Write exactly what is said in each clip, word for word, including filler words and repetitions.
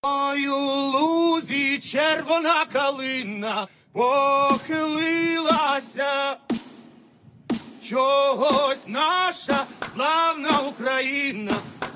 Ой, у лузі червона калина похилилася, чогось наша славна Україна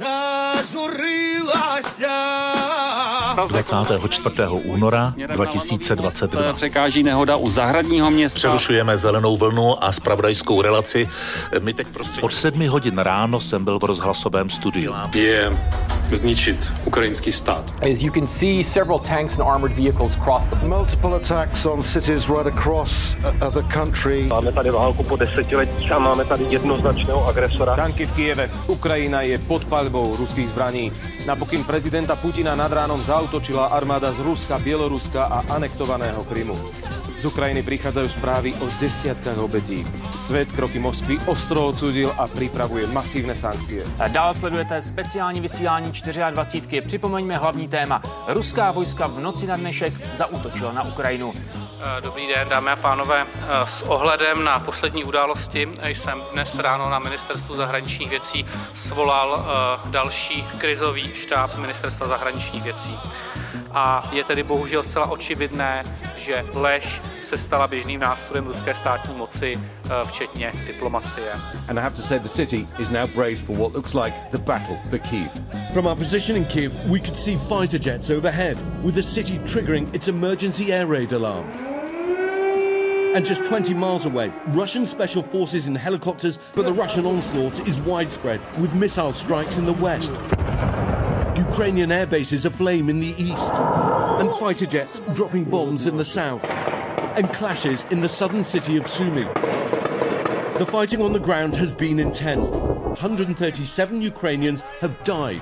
zажурилася. dvacátého čtvrtého února dva tisíce dvacet dva. Překáží nehoda u zahradního města. Přerušujeme zelenou vlnu a zpravodajskou relaci. My teď prostředí... Od sedmi hodin ráno jsem byl v rozhlasovém studiu. Je zničit ukrajinský stát. As you can see, several tanks and armored vehicles cross the... Multiple attacks on cities right across uh, the country. Máme tady válku po desetiletí a máme tady jednoznačného agresora. Tanky v Kyjeve. Ukrajina je pod paľbou ruských zbraní. Na pokyn prezidenta Putina nad ránom zaútočila armáda z Ruska, Bieloruska a anektovaného Krymu. Z Ukrajiny prichádzajú správy o desiatkách obetí. Svet kroky Moskvy ostro odsúdil a pripravuje masívne sankcie. Dál sledujete speciální vysílání dvacítky. Připomeňme hlavní téma. Ruská vojska v noci na dnešek zaútočila na Ukrajinu. Dobrý den, dámy a pánové. S ohledem na poslední události jsem dnes ráno na Ministerstvu zahraničních věcí svolal další krizový štáb Ministerstva zahraničních věcí. A je tedy bohužel zcela očividné, že lež se stala běžným nástrojem ruské státní moci, včetně diplomacie. And I have to say the city is now braced for what looks like the battle for Kyiv. From our position in Kyiv, we could see fighter jets overhead, with the city triggering its emergency air raid alarm. And just twenty miles away, Russian special forces in helicopters, but the Russian onslaught is widespread, with missile strikes in the west. Ukrainian air bases aflame in the east, and fighter jets dropping bombs in the south, and clashes in the southern city of Sumy. The fighting on the ground has been intense. one hundred thirty-seven Ukrainians have died.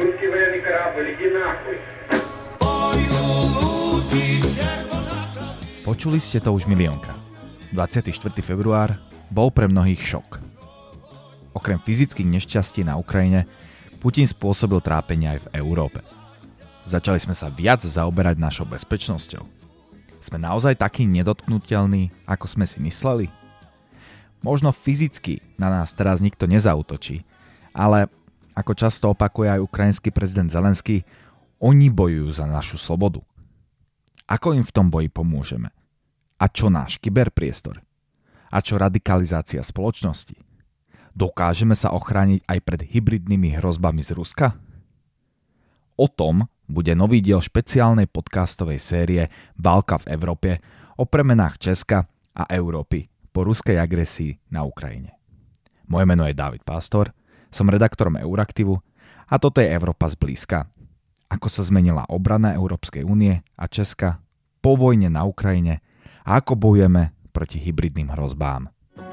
Počuli ste to už miliónkrát. dvadsiateho štvrtého február bol pre mnohých šok. Okrem fyzických nešťastí na Ukrajine, Putin spôsobil trápenie aj v Európe. Začali sme sa viac zaoberať našou bezpečnosťou. Sme naozaj takí nedotknutelní, ako sme si mysleli? Možno fyzicky na nás teraz nikto nezautočí, ale ako často opakuje aj ukrajinský prezident Zelenský, oni bojujú za našu slobodu. Ako im v tom boji pomôžeme? A čo náš kyberpriestor? A čo radikalizácia spoločnosti? Dokážeme sa ochrániť aj pred hybridnými hrozbami z Ruska? O tom bude nový diel špeciálnej podcastovej série Válka v Európe o premenách Česka a Európy po ruskej agresii na Ukrajine. Moje meno je Dávid Pastor, som redaktorom Euraktivu a toto je Európa zblízka. Ako sa zmenila obrana Európskej únie a Česka po vojne na Ukrajine a ako bojujeme proti hybridným hrozbám.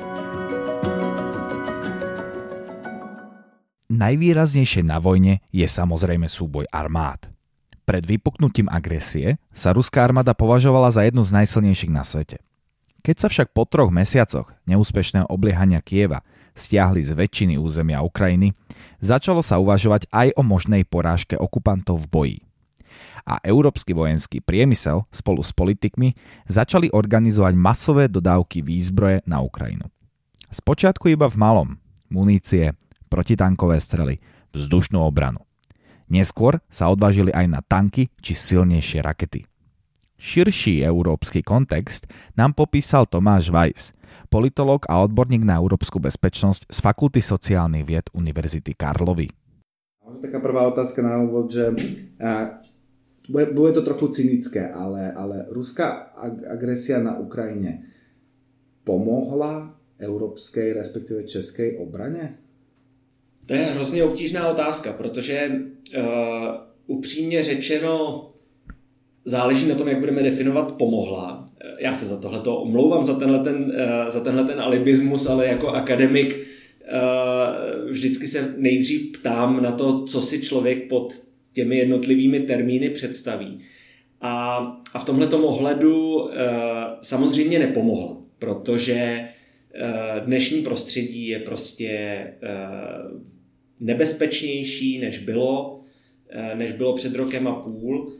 Najvýraznejšie na vojne je samozrejme súboj armád. Pred vypuknutím agresie sa ruská armáda považovala za jednu z najsilnejších na svete. Keď sa však po troch mesiacoch neúspešného obliehania Kyjeva stiahli z väčšiny územia Ukrajiny, začalo sa uvažovať aj o možnej porážke okupantov v boji. A európsky vojenský priemysel spolu s politikmi začali organizovať masové dodávky výzbroje na Ukrajinu. Spočiatku iba v malom, munície, protitankové strely, vzdušnú obranu. Neskôr sa odvážili aj na tanky či silnejšie rakety. Širší európsky kontext nám popísal Tomáš Weiss, politológ a odborník na európsku bezpečnosť z Fakulty sociálnych vied Univerzity Karlovy. Taká prvá otázka na úvod, že bude, bude to trochu cynické, ale, ale ruská agresia na Ukrajine pomohla európskej, respektíve českej obrane? To je hrozně obtížná otázka, protože uh, upřímně řečeno záleží na tom, jak budeme definovat pomohla. Já se za tohleto omlouvám, za tenhle ten, uh, za tenhle ten alibismus, ale jako akademik uh, vždycky se nejdřív ptám na to, co si člověk pod těmi jednotlivými termíny představí. A, a v tomhletom ohledu uh, samozřejmě nepomohla, protože uh, dnešní prostředí je prostě uh, nebezpečnější, než bylo, než bylo před rokem a půl.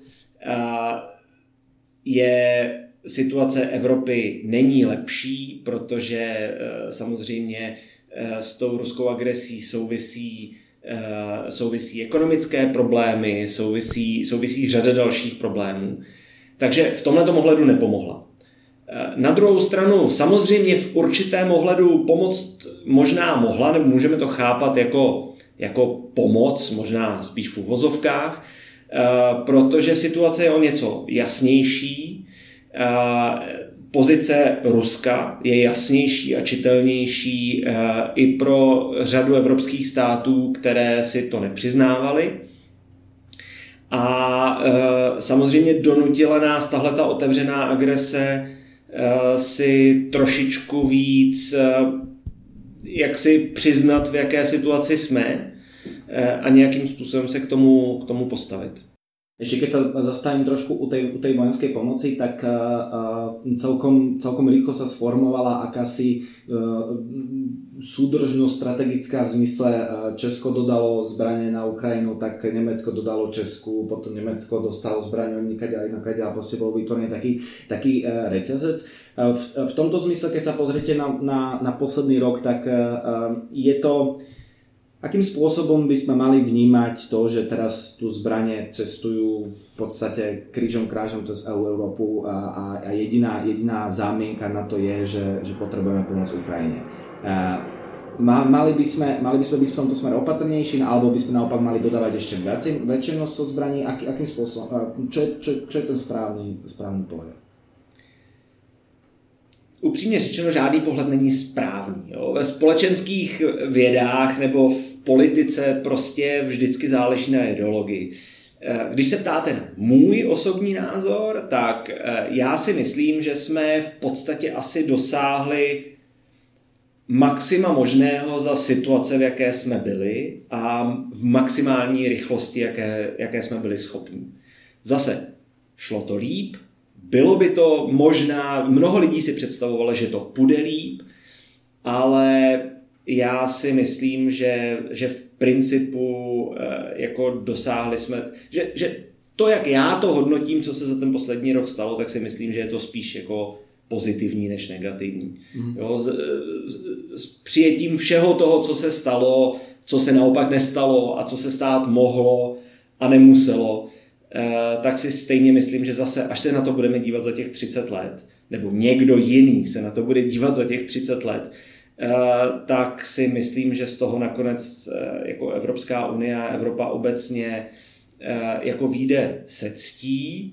Je situace Evropy není lepší, protože samozřejmě s tou ruskou agresí souvisí souvisí ekonomické problémy, souvisí, souvisí řada dalších problémů. Takže v tomhletom ohledu nepomohla. Na druhou stranu samozřejmě v určitém ohledu pomoct možná mohla, nebo můžeme to chápat jako, jako pomoc, možná spíš v uvozovkách, protože situace je o něco jasnější. Pozice Ruska je jasnější a čitelnější i pro řadu evropských států, které si to nepřiznávaly. A samozřejmě donutila nás tahleta otevřená agrese si trošičku víc jak si přiznat, v jaké situaci jsme a nějakým způsobem se k tomu, k tomu postavit. Ešte keď sa zastavím trošku u tej, u tej vojenskej pomoci, tak uh, celkom, celkom rýchlo sa sformovala akási uh, súdržnosť strategická v zmysle uh, Česko dodalo zbranie na Ukrajinu, tak Nemecko dodalo Česku, potom Nemecko dostalo zbranie od nikaď a inokať a proste bol vytvorený taký, taký uh, reťazec. Uh, v, v tomto zmysle, keď sa pozriete na, na, na posledný rok, tak uh, je to... Akým spôsobom by sme mali vnímať to, že teraz tu zbranie cestujú v podstate krížom krážom cez Európu a, a jediná, jediná zámienka na to je, že, že potrebujeme pomôcť Ukrajine. Mali by, sme, mali by sme byť v tomto smere opatrnejší, alebo by sme naopak mali dodávať ešte väčšie, väčšie množstvo zbraní? Aký, akým spôsobom? Čo je, čo, čo je ten správny, správny pohľad? Upřímně řečeno, žádný pohled není správný. Jo. Ve společenských vědách nebo v politice prostě vždycky záleží na ideologii. Když se ptáte na můj osobní názor, tak já si myslím, že jsme v podstatě asi dosáhli maxima možného za situace, v jaké jsme byli a v maximální rychlosti, jaké, jaké jsme byli schopni. Zase, šlo to líp, bylo by to možná, mnoho lidí si představovalo, že to půjde líp, ale já si myslím, že, že v principu jako dosáhli jsme, že, že to, jak já to hodnotím, co se za ten poslední rok stalo, tak si myslím, že je to spíš jako pozitivní než negativní. Mm. Jo, s, s přijetím všeho toho, co se stalo, co se naopak nestalo a co se stát mohlo a nemuselo, tak si stejně myslím, že zase, až se na to budeme dívat za těch třicet let, nebo někdo jiný se na to bude dívat za těch třicet let, tak si myslím, že z toho nakonec jako Evropská unie a Evropa obecně jako vyjde se ctí,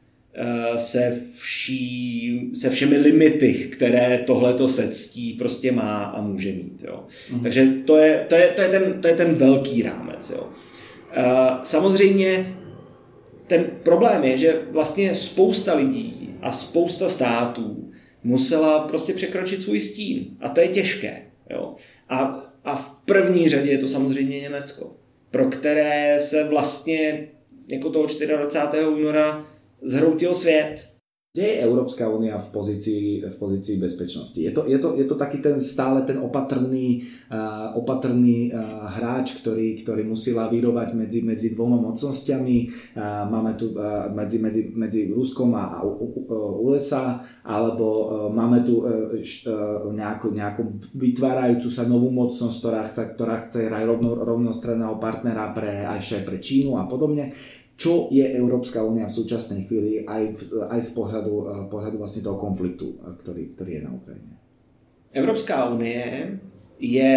se, vší, se všemi limity, které tohleto se ctí prostě má a může mít. Jo. Mm. Takže to je, to, je, to, je ten, to je ten velký rámec. Jo. Samozřejmě ten problém je, že vlastně spousta lidí a spousta států musela prostě překročit svůj stín. A to je těžké. Jo. A, a v první řadě je to samozřejmě Německo, pro které se vlastně jako toho dvacátého čtvrtého února zhroutil svět. Kde je Európska únia v pozícii, v pozícii bezpečnosti? Je to, je to, je to taký ten stále ten opatrný, uh, opatrný uh, hráč, ktorý, ktorý musí lavírovať medzi, medzi dvoma mocnostiami. Uh, máme tu uh, medzi, medzi, medzi Ruskom a, a U S A, alebo uh, máme tu uh, uh, nejakú, nejakú vytvárajúcu sa novú mocnosť, ktorá chce, ktorá chce hrať rovno, rovnostredného partnera pre, aj pre Čínu a podobne. Čo je Európska únia v súčasnej chvíli aj, v, aj z pohľadu, pohľadu vlastne toho konfliktu, ktorý, ktorý je na Ukrajine? Evropská unie je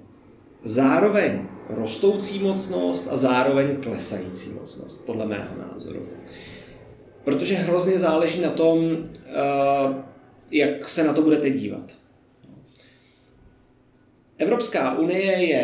zároveň rostoucí mocnost a zároveň klesající mocnost, podle mého názoru. Protože hrozně záleží na tom, jak se na to budete dívat. Evropská unie je,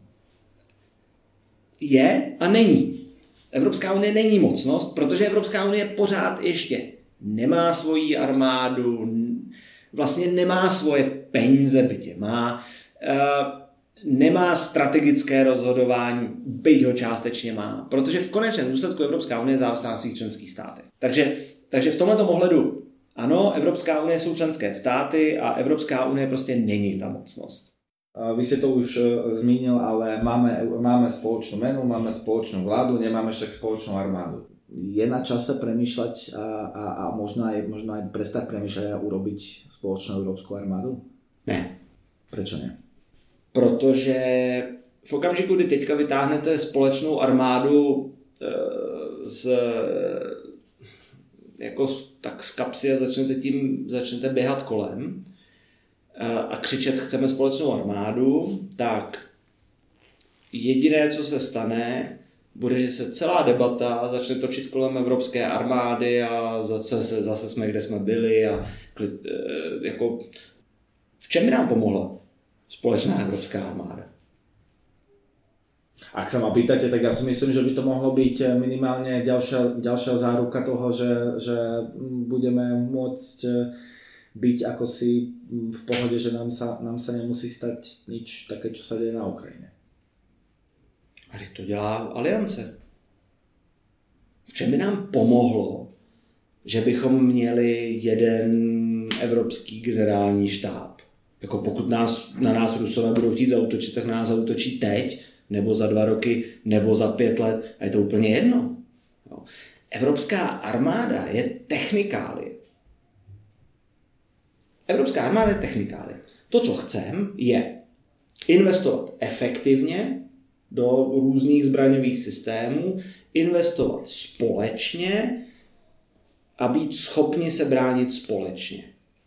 je a není. Evropská unie není mocnost, protože Evropská unie pořád ještě nemá svoji armádu, vlastně nemá svoje peníze, bytě má, nemá strategické rozhodování, byť ho částečně má, protože v konečném důsledku Evropská unie závislá na svých členských státech. Takže, takže v tomto ohledu ano, Evropská unie jsou členské státy a Evropská unie prostě není ta mocnost. Vy ste to už zmínil, ale máme, máme spoločnú menu, máme spoločnú vládu, nemáme však spoločnú armádu. Je na čase premýšľať a, a, a možno, aj, možno aj prestať premýšľať a urobiť spoločnú európsku armádu? Ne. Prečo ne? Protože v okamžiku, kdy teďka vytáhnete společnou armádu z, jako, tak z kapsy a začnete tím začnete běhat kolem a křičet chceme společnou armádu, tak jediné, co se stane, bude, že se celá debata začne točit kolem evropské armády a zase, zase jsme, kde jsme byli a jako v čem by nám pomohla společná evropská armáda? Ak sa ma pýtate, tak ja si myslím, že by to mohlo byť minimálne ďalšia, ďalšia záruka toho, že, že budeme môcť byť ako si v pohode, že nám sa, nám sa nemusí stať nič také, čo sa deje na Ukrajine. Ale to dělá aliance. V čem by nám pomohlo, že bychom měli jeden evropský generální štáb? Jako pokud nás, na nás Rusové budou chtít zaútočit, tak na nás zaútočí teď, nebo za dva roky, nebo za pět let, a je to úplně jedno. Jo. Evropská armáda je technikálie. Evropská armáda je technikálie. To, co chcem, je investovat efektivně do různých zbraňových systémů, investovat společně a být schopni se bránit společně.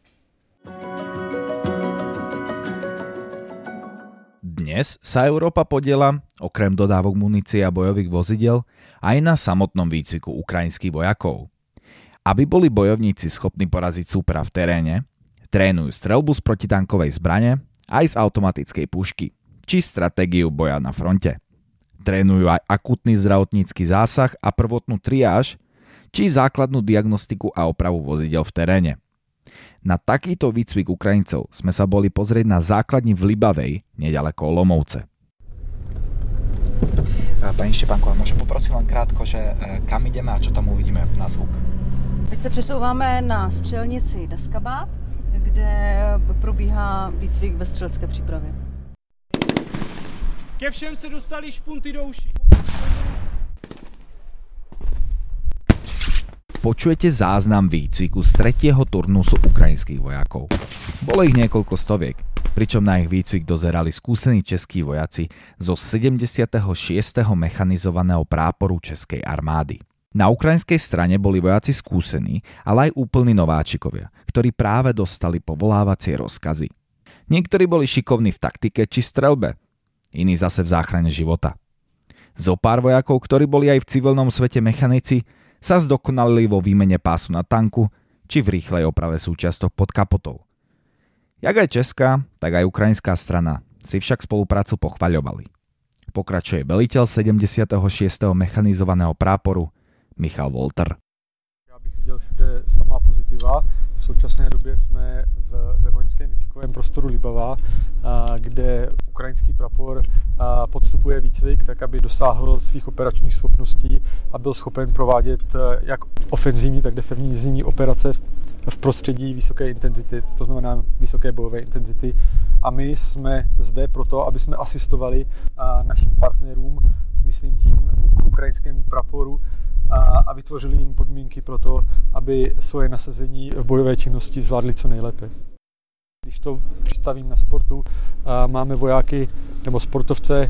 Dnes sa Európa podiela, okrem dodávok munície a bojových vozidel, aj na samotnom výcviku ukrajinských vojakov. Aby boli bojovníci schopní poraziť súpera v teréne, trénujú streľbu z protitankovej zbrane aj z automatickej pušky, či stratégiu boja na fronte. Trénujú aj akútny zdravotnícky zásah a prvotnú triáž, či základnú diagnostiku a opravu vozidel v teréne. Na takýto výcvik Ukrajincov sme sa boli pozrieť na základni v Libavej, neďaleko Olomouce. Paní Štěpánková, můžu poprosit len krátko, že kam ideme a čo tam uvidíme na zvuk? Teď se přesouváme na střelnici Daskabát, kde probíhá výcvik ve střelecké přípravě. Ke všem se dostali špunty do uší. Počujete záznam výcviku z tretieho turnusu ukrajinských vojakov. Bolo ich niekoľko stoviek, pričom na ich výcvik dozerali skúsení českí vojaci zo sedemdesiateho šiesteho mechanizovaného práporu Českej armády. Na ukrajinskej strane boli vojaci skúsení, ale aj úplní nováčikovia, ktorí práve dostali povolávacie rozkazy. Niektorí boli šikovní v taktike či streľbe, iní zase v záchrane života. Zopár vojakov, ktorí boli aj v civilnom svete mechanici, sa zdokonalili vo výmene pásu na tanku či v rýchlej oprave súčiastok pod kapotou. Jak aj česká, tak aj ukrajinská strana si však spoluprácu pochvaľovali. Pokračuje veliteľ sedemdesiateho šiesteho mechanizovaného práporu Michal Wolter. Já bych viděl všude samá pozitiva. V současné době jsme v, ve vojenském výcvikovém prostoru Libava, a, kde ukrajinský prapor a, podstupuje výcvik tak, aby dosáhl svých operačních schopností a byl schopen provádět a, jak ofenzivní, tak defenzivní operace v, v prostředí vysoké intenzity, to znamená vysoké bojové intenzity. A my jsme zde proto, aby jsme asistovali a, našim partnerům, myslím tím ukrajinskému praporu, a vytvořili jim podmínky pro to, aby svoje nasazení v bojové činnosti zvládli co nejlépe. Když to představím na sportu, máme vojáky nebo sportovce,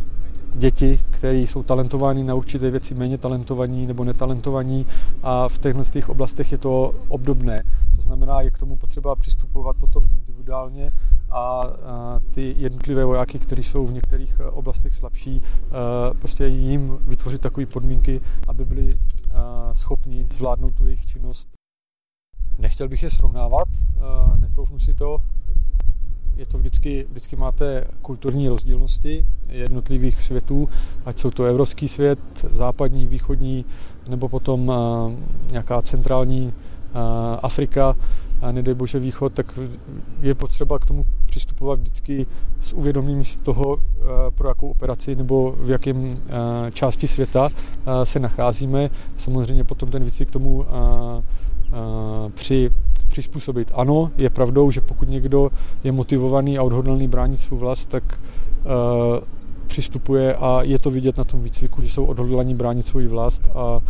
děti, kteří jsou talentováni na určité věci, méně talentovaní nebo netalentovaní, a v těchto oblastech je to obdobné. To znamená, je k tomu potřeba přistupovat potom individuálně a ty jednotlivé vojáky, kteří jsou v některých oblastech slabší, prostě jim vytvořit takové podmínky, aby byli schopni zvládnout tu jejich činnost. Nechtěl bych je srovnávat, netroufnu si to. Je to vždycky, vždycky máte kulturní rozdílnosti jednotlivých světů, ať jsou to evropský svět, západní, východní, nebo potom uh, nějaká centrální uh, Afrika, a nedej bože východ, tak je potřeba k tomu přistupovat vždycky s uvědoměním si toho, uh, pro jakou operaci nebo v jakém uh, části světa uh, se nacházíme. Samozřejmě potom ten výcvik k tomu uh, uh, při přizpůsobit. Ano, je pravdou, že pokud někdo je motivovaný a odhodlaný bránit svou vlast, tak uh, přistupuje a je to vidět na tom výcviku, že jsou odhodlaní bránit svou vlast a, uh,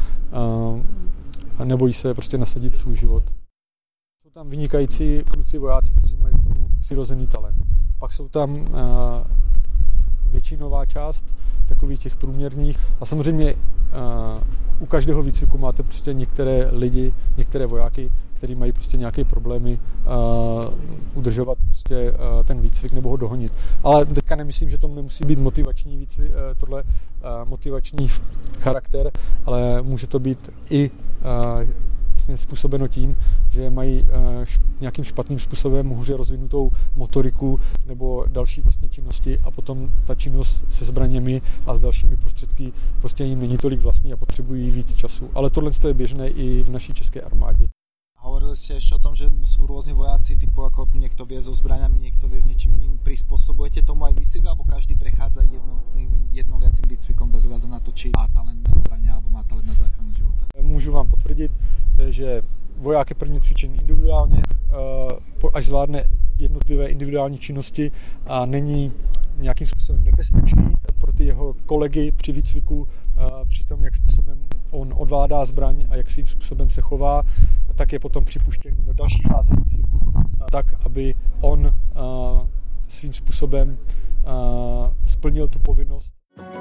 a nebojí se prostě nasadit svůj život. Jsou tam vynikající kluci vojáci, kteří mají k tomu přirozený talent. Pak jsou tam uh, většinová část takových těch průměrných. A samozřejmě u každého výcviku máte prostě některé lidi, některé vojáky, kteří mají prostě nějaké problémy uh, udržovat prostě uh, ten výcvik nebo ho dohonit. Ale teďka nemyslím, že to nemusí být motivační výcvik, uh, tohle uh, motivační charakter, ale může to být i uh, vlastně způsobeno tím, že mají uh, š- nějakým špatným způsobem hůře rozvinutou motoriku nebo další vlastně činnosti a potom ta činnost se zbraněmi a s dalšími prostředky prostě jim není tolik vlastní a potřebují víc času. Ale tohle je běžné i v naší české armádě. Hovorili ste ešte o tom, že sú rôzni vojaci, typu ako niekto vie so zbraňami, niekto vie s niečím iným. Prispôsobujete tomu aj výcvik, alebo každý prechádza jednotným, jednoliatým výcvikom bez ohľadu na to, či má talent na zbraně, alebo má talent na záchranu života? Můžu vám potvrdit, že voják je prvně cvičen individuálně, až zvládne jednotlivé individuální činnosti a není nějakým způsobem nebezpečný pro ty jeho kolegy při výcviku, při tom, jak způsobem on odvládá zbraň a jak svým způsobem se chová, tak je potom připuštěn do další fáze výcviku, tak, aby on svým způsobem splnil tu povinnost.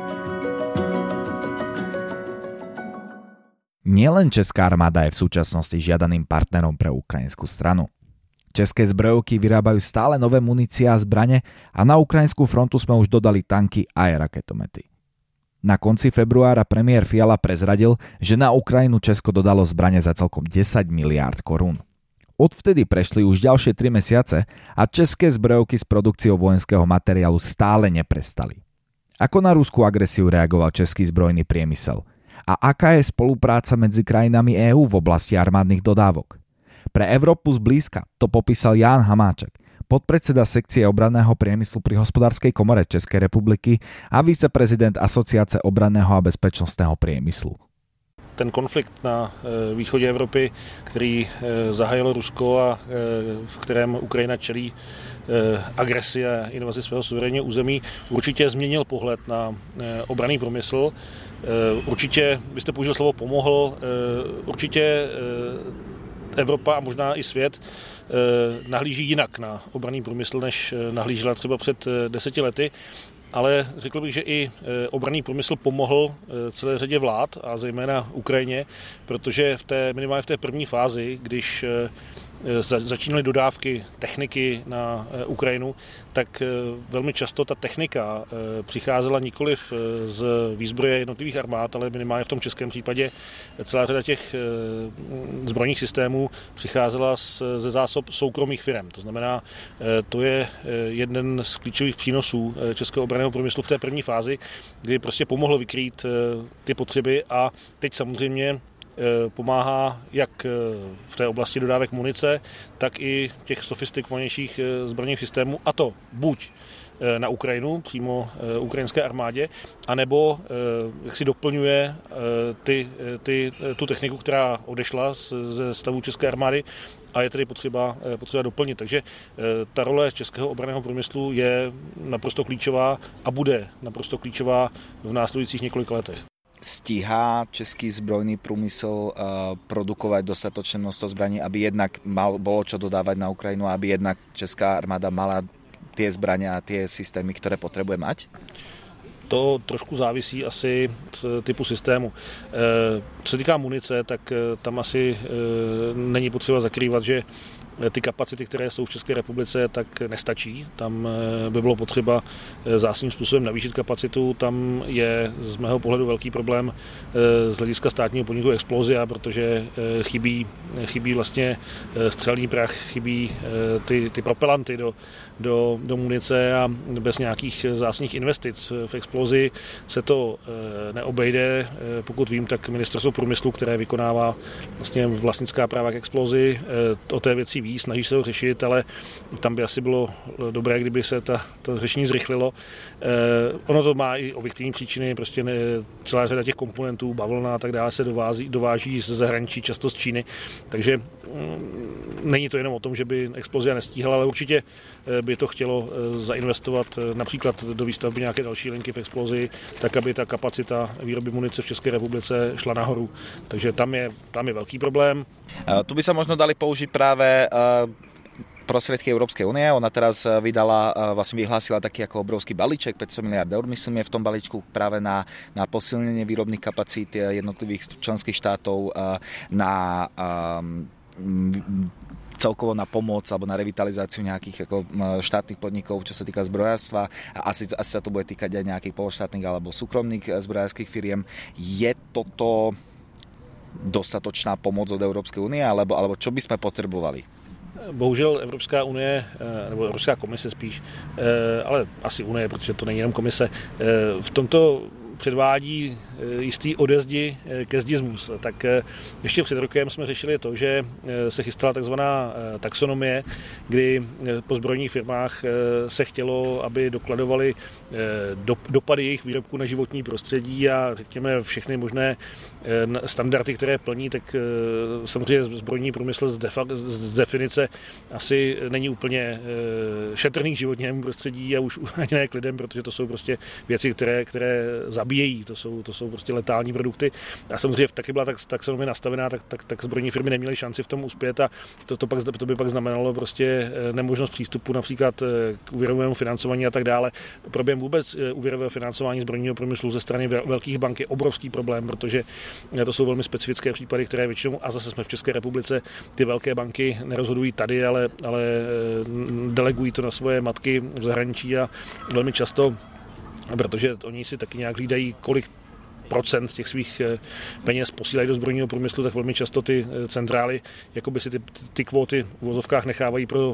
Nielen česká armáda je v súčasnosti žiadaným partnerom pre ukrajinskú stranu. České zbrojovky vyrábajú stále nové munície a zbrane a na ukrajinskú frontu sme už dodali tanky a aj raketomety. Na konci februára premiér Fiala prezradil, že na Ukrajinu Česko dodalo zbrane za celkom desať miliárd korún. Odvtedy prešli už ďalšie tri mesiace a české zbrojovky s produkciou vojenského materiálu stále neprestali. Ako na ruskú agresiu reagoval český zbrojný priemysel? A aká je spolupráca medzi krajinami EÚ v oblasti armádnych dodávok? Pre Európu zblízka to popísal Ján Hamáček, podpredseda sekcie obranného priemyslu pri Hospodárskej komore Českej republiky a viceprezident Asociace obranného a bezpečnostného priemyslu. Ten konflikt na východě Evropy, který zahájilo Rusko a v kterém Ukrajina čelí agresi a invazi svého suverénního území, určitě změnil pohled na obranný průmysl. Určitě, vy jste použil slovo pomohl, určitě Evropa a možná i svět nahlíží jinak na obranný průmysl, než nahlížela třeba před deseti lety. Ale řekl bych, že i obranný průmysl pomohl celé řadě vlád a zejména Ukrajině, protože v té, minimálně v té první fázi, když začínaly dodávky techniky na Ukrajinu, tak velmi často ta technika přicházela nikoliv z výzbroje jednotlivých armád, ale minimálně v tom českém případě celá řada těch zbrojních systémů přicházela ze zásob soukromých firem. To znamená, to je jeden z klíčových přínosů českého obranného průmyslu v té první fázi, kdy prostě pomohlo vykrýt ty potřeby a teď samozřejmě pomáhá jak v té oblasti dodávek munice, tak i těch sofistikovanějších zbrojních systémů, a to buď na Ukrajinu, přímo ukrajinské armádě, anebo jak si doplňuje ty, ty, tu techniku, která odešla ze stavu české armády a je tedy potřeba, potřeba doplnit. Takže ta role českého obranného průmyslu je naprosto klíčová a bude naprosto klíčová v následujících několika letech. Stíhá český zbrojný průmysl uh, produkovat dostatočné množstvo zbraní, aby jednak mal, bolo čo dodávať na Ukrajinu, aby jednak česká armáda mala tie zbraně a tie systémy, které potřebuje mať? To trošku závisí asi od typu systému. Co se týká munice, tak tam asi není potřeba zakrývat, že ty kapacity, které jsou v České republice, tak nestačí. Tam by bylo potřeba zásadním způsobem navýšit kapacitu. Tam je z mého pohledu velký problém z hlediska státního podniku Explozia, protože chybí, chybí vlastně střelný prach, chybí ty, ty propelanty do, do, do munice a bez nějakých zásadních investic v Explozii se to neobejde. Pokud vím, tak ministerstvo průmyslu, které vykonává vlastně vlastnická práva k Explozii, o té věci ví, snaží se ho řešit, ale tam by asi bylo dobré, kdyby se ta, ta řešení zrychlilo. Eh, ono to má i objektivní příčiny, prostě ne, celá řada těch komponentů, bavlna a tak dále se dovází, dováží ze zahraničí, často z Číny, takže mm, není to jenom o tom, že by Explozia nestíhala, ale určitě by to chtělo zainvestovat například do výstavby nějaké další linky v Explozii, tak aby ta kapacita výroby munice v České republice šla nahoru. Takže tam je, tam je velký problém. Tu by sa možno dali použiť práve prostriedky Európskej únie. Ona teraz vydala, vlastne vyhlásila taký ako obrovský balíček, päťsto miliárd eur, myslím, je v tom balíčku práve na, na posilnenie výrobných kapacít jednotlivých členských štátov, na um, celkovo na pomoc alebo na revitalizáciu nejakých ako štátnych podnikov, čo sa týka zbrojárstva. A asi, asi sa to bude týkať aj nejakých pološtátnych alebo súkromných zbrojárskych firiem. Je toto dostatočná pomoc od Európskej únie, alebo, alebo čo by sme potrebovali? Bohužel Evropská unie, nebo Evropská komise spíš, ale asi unie, protože to není jenom komise, v tomto předvádí jistý odezdi ke zdismus. Tak ještě před rokem jsme řešili to, že se chystala takzvaná taxonomie, kdy po zbrojních firmách se chtělo, aby dokladovali dopady jejich výrobků na životní prostředí a řekněme všechny možné standardy, které plní, tak samozřejmě zbrojní průmysl z, defa- z definice asi není úplně šetrný k životnímu prostředí a už ani ne k lidem, protože to jsou prostě věci, které, které zabíjejí, to jsou, to jsou prostě letální produkty. A samozřejmě taky byla tak, taxonomie nastavená, tak, tak, tak zbrojní firmy neměly šanci v tom uspět a to, to, pak, to by pak znamenalo prostě nemožnost přístupu například k úvěrovému financování a tak dále. Problém vůbec úvěrového financování zbrojního průmyslu ze strany velkých bank je obrovský problém, protože to jsou velmi specifické případy, které většinou, a zase jsme v České republice, ty velké banky nerozhodují tady, ale, ale delegují to na svoje matky v zahraničí a velmi často, protože oni si taky nějak hlídají, kolik procent těch svých peněz posílají do zbrojního průmyslu, tak velmi často ty centrály jakoby si ty, ty kvóty v vozovkách nechávají pro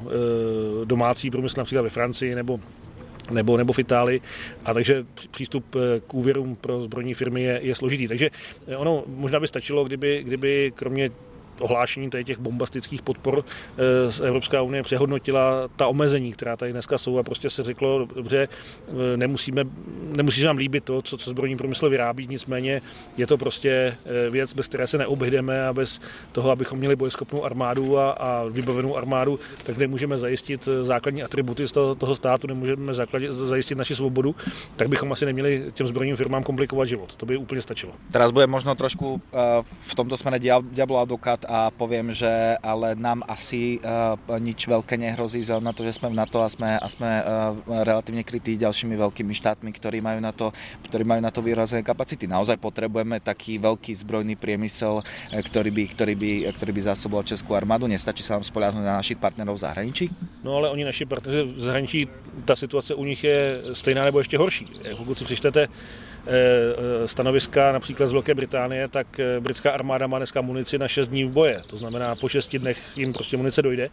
domácí průmysl, například ve Francii nebo Nebo, nebo v Itálii, a takže přístup k úvěrům pro zbrojní firmy je, je složitý. Takže ono možná by stačilo, kdyby, kdyby kromě ohlášení těch bombastických podpor z Evropská unie přehodnotila ta omezení, která tady dneska jsou a prostě se řeklo, dobře, nemusíme, nemusí se nám líbit to, co, co zbrojní průmysl vyrábí, nicméně je to prostě věc, bez které se neobejdeme a bez toho, abychom měli bojeschopnou armádu a, a vybavenou armádu, tak nemůžeme zajistit základní atributy z toho, toho státu, nemůžeme základě, zajistit naši svobodu, tak bychom asi neměli těm zbrojním firmám komplikovat život. To by úplně stačilo. Teraz bude možno trošku v tomto smere diablo advokát a poviem, že ale nám asi uh, nič veľké nehrozí vzhľadom na to, že sme v NATO a sme, a sme uh, relatívne krytí ďalšími veľkými štátmi, ktorí majú na to, ktorí majú na to vyrazené kapacity. Naozaj potrebujeme taký veľký zbrojný priemysel, ktorý by, ktorý by, ktorý by zásoboval Českú armádu. Nestačí sa vám spoľahnúť na našich partnerov v zahraničí? No ale oni naši partneři v zahraničí, ta situace u nich je stejná nebo ještě horší. Pokud si přečtete stanoviska například z Velké Británie, tak britská armáda má dneska munici na šest dní v boje. To znamená, po šesti dnech jim prostě munice dojde.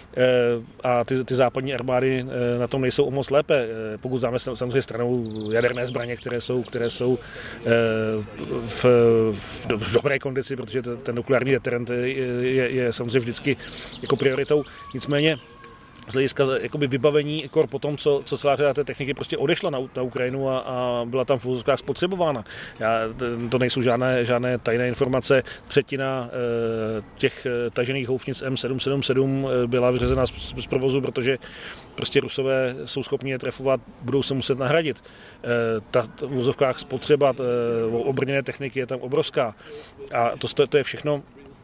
A ty, ty západní armády na tom nejsou o moc lépe. Pokud známe samozřejmě stranou jaderné zbraně, které jsou, které jsou v, v, v dobré kondici, protože ten nukleární deterrent je, je, je samozřejmě vždycky jako prioritou. Nicméně z hlediska jakoby vybavení kor po tom, co, co celá řada té techniky prostě odešla na, na Ukrajinu a, a byla tam v úzovkách spotřebována. Já, to nejsou žádné, žádné tajné informace. Třetina e, těch tažených houfnic M sedm set sedmdesát sedm byla vyřazena z, z provozu, protože prostě Rusové jsou schopni je trefovat, budou se muset nahradit. E, ta, ta v úzovkách spotřeba e, obrněné techniky je tam obrovská. A to, to je všechno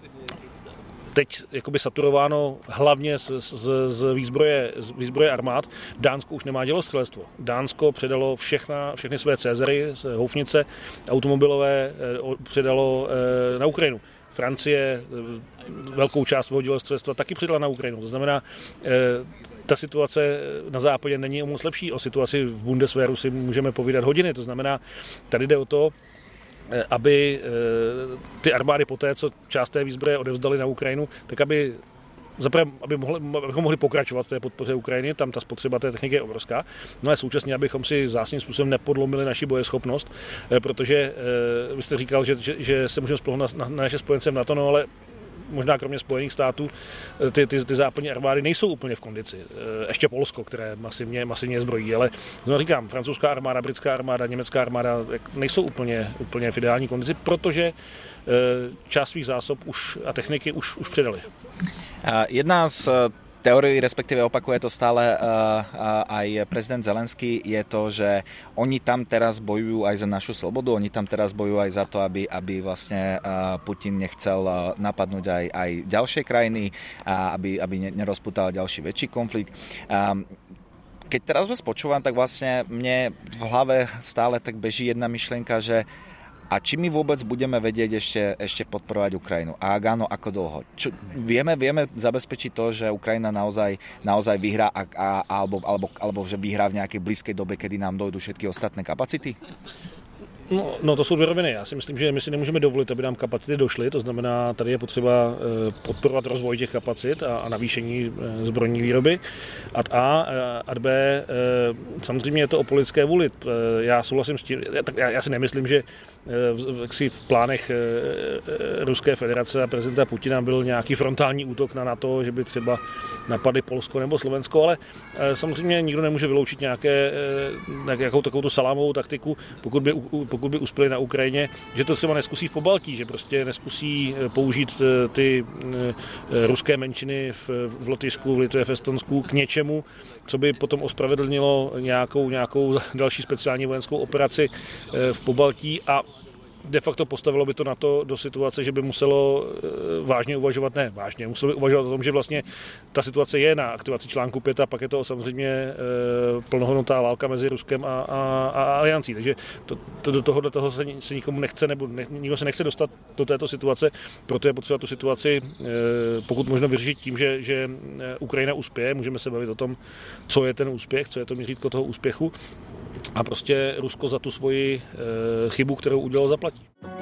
teď jakoby saturováno hlavně z, z, z, výzbroje, z výzbroje armád. Dánsko už nemá dělostřelectvo. Dánsko předalo všechna, všechny své Cezary, houfnice automobilové, předalo na Ukrajinu. Francie velkou část svého dělostřelectva taky předala na Ukrajinu. To znamená, ta situace na západě není o moc lepší. O situaci v Bundeswehru si můžeme povídat hodiny. To znamená, tady jde o to, aby ty armády poté, co část té výzbroje odevzdali na Ukrajinu, tak aby zaprvé, aby mohli, abychom mohli pokračovat v té podpoře Ukrajiny, tam ta spotřeba té techniky je obrovská, no a současně, abychom si zásadním způsobem nepodlomili naši bojeschopnost, protože vy jste říkal, že, že, že se můžeme spolehnout na, na naše spojence v NATO, no ale možná kromě Spojených států ty, ty, ty západní armády nejsou úplně v kondici. Ještě Polsko, které masivně, masivně zbrojí, ale znovu říkám, francouzská armáda, britská armáda, německá armáda nejsou úplně, úplně v ideální kondici, protože část svých zásob už, a techniky už, už předali. Jedna z teórii, respektíve opakuje to stále uh, uh, aj prezident Zelenský, je to, že oni tam teraz bojujú aj za našu slobodu, oni tam teraz bojujú aj za to, aby, aby vlastne uh, Putin nechcel uh, napadnúť aj, aj ďalšie krajiny, uh, aby, aby nerozputal ďalší väčší konflikt. Um, keď teraz vás počúvam, tak vlastne mne v hlave stále tak beží jedna myšlienka, že a či my vôbec budeme vedieť ešte, ešte podporovať Ukrajinu? A ak áno, ako dlho? Čo, vieme, vieme zabezpečiť to, že Ukrajina naozaj, naozaj vyhrá a, a, alebo, alebo, alebo že vyhrá v nejakej blízkej dobe, kedy nám dojdú všetky ostatné kapacity? No, no to jsou dvě roviny. Já si myslím, že my si nemůžeme dovolit, aby nám kapacity došly, to znamená, tady je potřeba podporovat rozvoj těch kapacit a, a navýšení zbrojní výroby. A A, a B, samozřejmě je to o politické vůli. Já souhlasím s tím, já, já si nemyslím, že v, v, v plánech Ruské federace a prezidenta Putina byl nějaký frontální útok na NATO, že by třeba napadli Polsko nebo Slovensko, ale samozřejmě nikdo nemůže vyloučit nějaké, nějakou takovou tu salámovou taktiku, pokud by pokud by uspěli na Ukrajině, že to třeba neskusí v Pobaltí, že prostě neskusí použít ty ruské menšiny v, v Lotyšsku, v Litvě, v Estonsku k něčemu, co by potom ospravedlnilo nějakou, nějakou další speciální vojenskou operaci v Pobaltí a de facto postavilo by to na to do situace, že by muselo vážně uvažovat, ne vážně, muselo by uvažovat o tom, že vlastně ta situace je na aktivaci článku pět a pak je to samozřejmě plnohodnotná válka mezi Ruskem a, a, a aliancí. Takže to, to, do tohohle toho se, se nikomu nechce, nebo ne, nikdo se nechce dostat do této situace, proto je potřeba tu situaci pokud možno vyřešit tím, že, že Ukrajina uspěje. Můžeme se bavit o tom, co je ten úspěch, co je to měřítko toho úspěchu. A prostě Rusko za tu svoji e, chybu, kterou udělalo, zaplatí.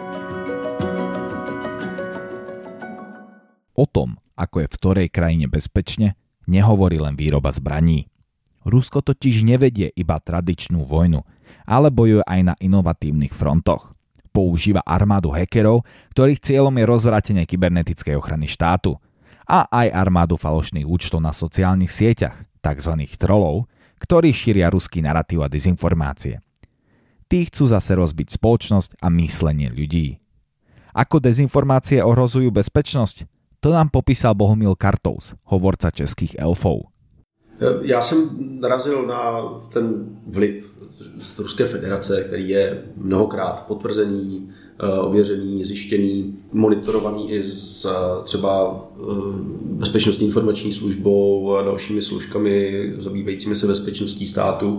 O tom, ako je v ktorej krajine bezpečne, nehovorí len výroba zbraní. Rusko totiž nevedie iba tradičnú vojnu, ale bojuje aj na inovatívnych frontoch. Používa armádu hackerov, ktorých cieľom je rozvrátenie kybernetickej ochrany štátu. A aj armádu falošných účtov na sociálnych sieťach, tzv. Trollov, ktorí šíria ruský narratív a dezinformácie. Tí chcú zase rozbiť spoločnosť a myslenie ľudí. Ako dezinformácie ohrozujú bezpečnosť? To nám popísal Bohumil Kartous, hovorca českých elfov. Já jsem narazil na ten vliv z Ruské federace, který je mnohokrát potvrzený, ověřený, zjištěný, monitorovaný i z třeba bezpečnostní informační službou a dalšími složkami zabývajícími se bezpečností státu.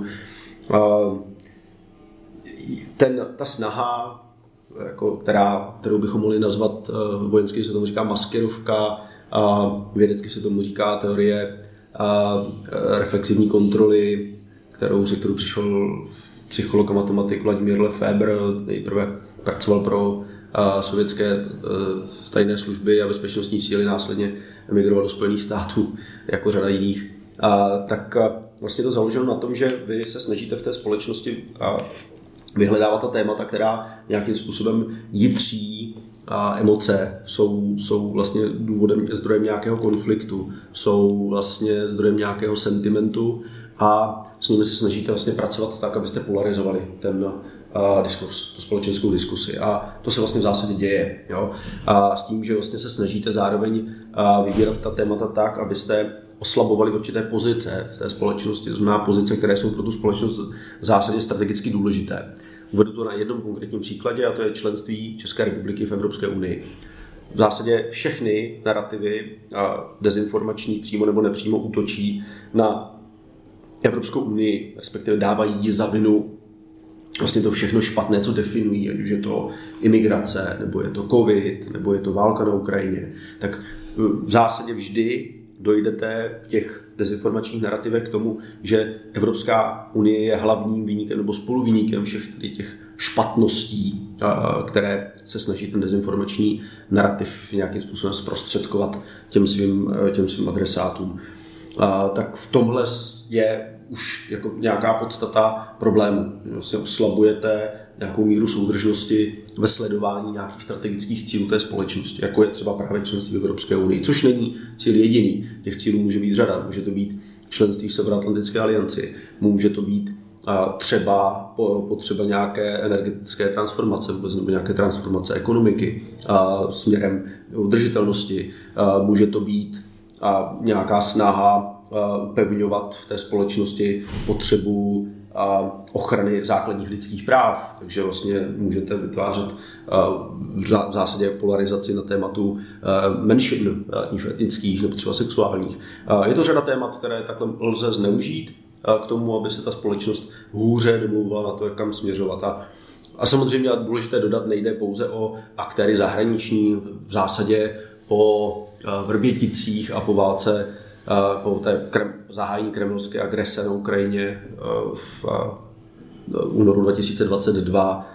Ten, ta snaha, jako, která, kterou bychom mohli nazvat vojensky, se tomu říká maskerovka, a vědecky se tomu říká teorie a reflexivní kontroly, kterou, se kterou přišel psycholog a matematik Vladimír Lefebvre, nejprve pracoval pro a, sovětské a, tajné služby a bezpečnostní síly, následně emigroval do Spojených států jako řada jiných. A, tak a, vlastně to založilo na tom, že vy se snažíte v té společnosti a, vyhledávat ta témata, která nějakým způsobem jitří a emoce, jsou, jsou vlastně důvodem, zdrojem nějakého konfliktu, jsou vlastně zdrojem nějakého sentimentu a s nimi se snažíte vlastně pracovat tak, abyste polarizovali ten a, diskurs, tu společenskou diskusi. A to se vlastně v zásadě děje. Jo? A s tím, že vlastně se snažíte zároveň a, vybírat ta témata tak, abyste oslabovali určité pozice v té společnosti, to znamená pozice, které jsou pro tu společnost v zásadě strategicky důležité. Uvedu to na jednom konkrétním příkladě a to je členství České republiky v Evropské unii. V zásadě všechny narrativy a dezinformační přímo nebo nepřímo útočí na Evropskou unii, respektive dávají ji za vinu vlastně to všechno špatné, co definují, ať už je to imigrace, nebo je to covid, nebo je to válka na Ukrajině, tak v zásadě vždy dojdete v těch dezinformačních narrativech k tomu, že Evropská unie je hlavním viníkem nebo spoluviníkem všech těch špatností, které se snaží ten dezinformační narrativ nějakým způsobem zprostředkovat těm svým, těm svým adresátům. Tak v tomhle je už jako nějaká podstata problému. Vlastně oslabujete nějakou míru soudržnosti ve sledování nějakých strategických cílů té společnosti, jako je třeba právě členství v Evropské unii, což není cíl jediný. Těch cílů může být řada. Může to být členství v Severoatlantické alianci, může to být a, třeba potřeba nějaké energetické transformace, vůbec nebo nějaké transformace ekonomiky a, směrem udržitelnosti. A, může to být a nějaká snaha upevňovat v té společnosti potřebu ochrany základních lidských práv. Takže vlastně můžete vytvářet v zásadě polarizaci na tématu menšin, etnických nebo třeba sexuálních. Je to řada témat, které takhle lze zneužít k tomu, aby se ta společnost hůře domlouvala na to, jak kam směřovat. A, a samozřejmě důležité dodat, nejde pouze o aktéry zahraniční, v zásadě po Vrběticích a po válce, po té krem, zahájení kremelské agrese na Ukrajině v únoru dva tisíce dvacet dva,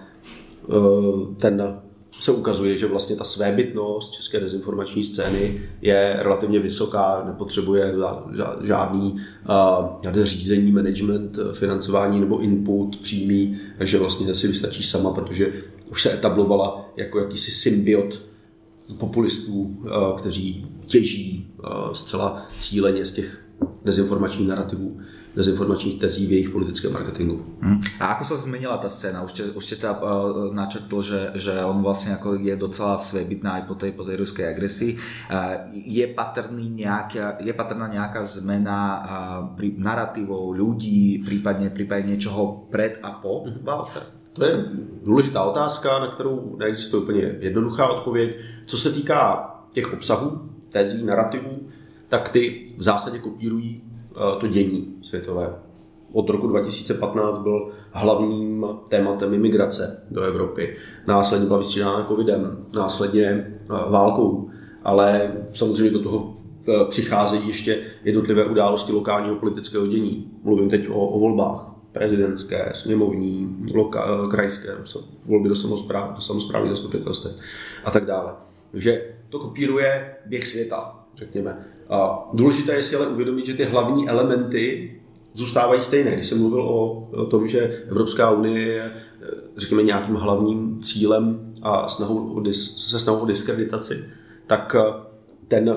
ten se ukazuje, že vlastně ta svébytnost české dezinformační scény je relativně vysoká, nepotřebuje žádný, žádné řízení, management, financování nebo input přímý, takže vlastně si vystačí sama, protože už se etablovala jako jakýsi symbiot populistů, kteří těží zcela cíleně z těch dezinformačních narrativů, dezinformačných tezí v jejich politickém marketingu. Hmm. A ako sa zmenila tá scéna? Už ste, už ste teda uh, načrtol, že, že on vlastne ako je docela svébytná aj po tej, po tej ruskej agresii. Uh, je, patrný nejaká, je patrná nejaká zmena uh, pri narratívov ľudí, prípadne, prípadne niečoho pred a po válce? To je důležitá otázka, na kterou neexistuje úplně jednoduchá odpověď. Co se týká těch obsahů, tezí, narrativů, tak ty v zásadě kopírují to dění světové. Od roku dva tisíce patnáct byl hlavním tématem imigrace do Evropy. Následně byla vystřídána covidem, následně válkou, ale samozřejmě do toho přicházejí ještě jednotlivé události lokálního politického dění. Mluvím teď o, o volbách prezidentské, sněmovní, loka, krajské, volby do samospráv, do samosprávních zastupitelstev a tak dále. Takže to kopíruje běh světa, řekněme. A důležité je si ale uvědomit, že ty hlavní elementy zůstávají stejné. Když jsem mluvil o, o tom, že Evropská unie je, řekněme, nějakým hlavním cílem a snahou o dis, se snahou o diskreditaci, tak ten,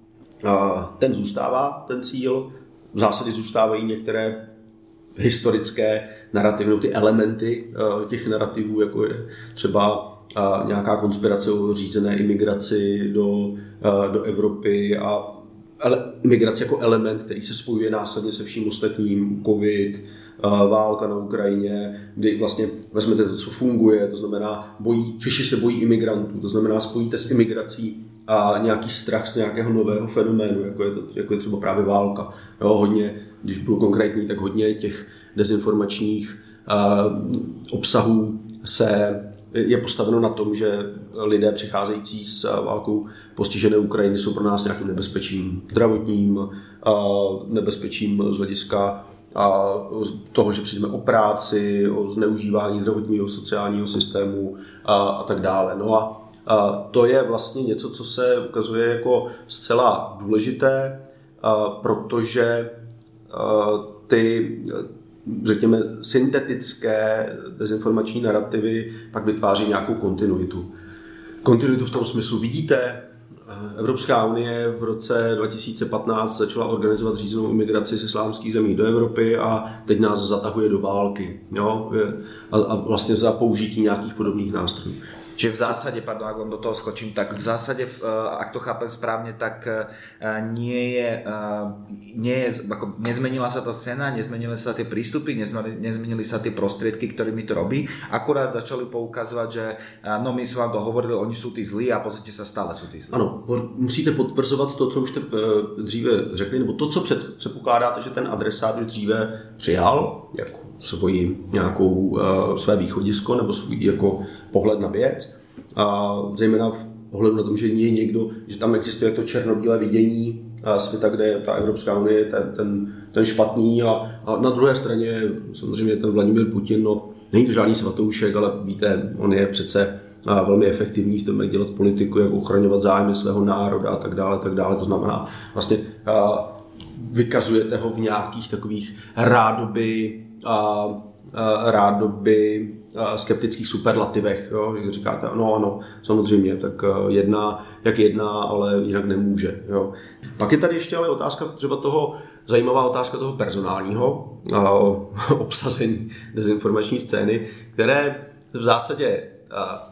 ten zůstává, ten cíl. V zásadě zůstávají některé historické narrativy, ty elementy těch narrativů, jako je třeba nějaká konspirace o řízené imigraci do, do Evropy a imigrace jako element, který se spojuje následně se vším ostatním, covid, válka na Ukrajině, kdy vlastně vezmete to, co funguje, to znamená, bojí, Češi se bojí imigrantů, to znamená, spojíte s imigrací a nějaký strach z nějakého nového fenoménu, jako je, to, jako je třeba právě válka. Jo, hodně, když budu konkrétní, tak hodně těch dezinformačních uh, obsahů se je postaveno na tom, že lidé přicházející s válkou postižené Ukrajiny jsou pro nás nějakým nebezpečím zdravotním, nebezpečím z hlediska toho, že přijdeme o práci, o zneužívání zdravotního, sociálního systému a, a tak dále. No a, a to je vlastně něco, co se ukazuje jako zcela důležité, a, protože a, ty řekněme, syntetické dezinformační narrativy pak vytváří nějakou kontinuitu. Kontinuitu v tom smyslu vidíte, Evropská unie v roce dva tisíce patnáct začala organizovat řízenou imigraci z islámských zemí do Evropy a teď nás zatahuje do války. Jo? A, a vlastně za použití nějakých podobných nástrojů. Čiže v zásade, pardon, ak vám do toho skočím, tak v zásade, ak to chápem správne, tak nie je, nie je ako nezmenila sa tá scéna, nezmenili sa tie prístupy, nezmenili sa tie prostriedky, ktorými to robí. Akurát začali poukazovať, že no my sme vám to hovorili, oni sú tí zlí a pozrite sa, stále sú tí zlí. Ano, musíte potvrzovat to, co už jste dříve řekli, nebo to, co před, předpokládáte, že ten adresát už dříve přijal, jako svoji nějakou uh, své východisko nebo svůj jako pohled na věc. A zejména v ohledu na tom, že je někdo, že tam existuje to černobílé vidění světa, kde je ta Evropská unie ten, ten, ten špatný a, a na druhé straně samozřejmě ten Vladimír Putin, no není to žádný svatoušek, ale víte, on je přece a velmi efektivní v tom, jak dělat politiku, jak ochraňovat zájmy svého národa a tak dále, tak dále. To znamená, vlastně a, vykazujete ho v nějakých takových rádoby a, a rádoby a skeptických superlativech, jo? Říkáte, no ano, samozřejmě, tak jedná, jak jedná, ale jinak nemůže. Jo? Pak je tady ještě ale otázka třeba toho, zajímavá otázka toho personálního a, obsazení dezinformační scény, které v zásadě a,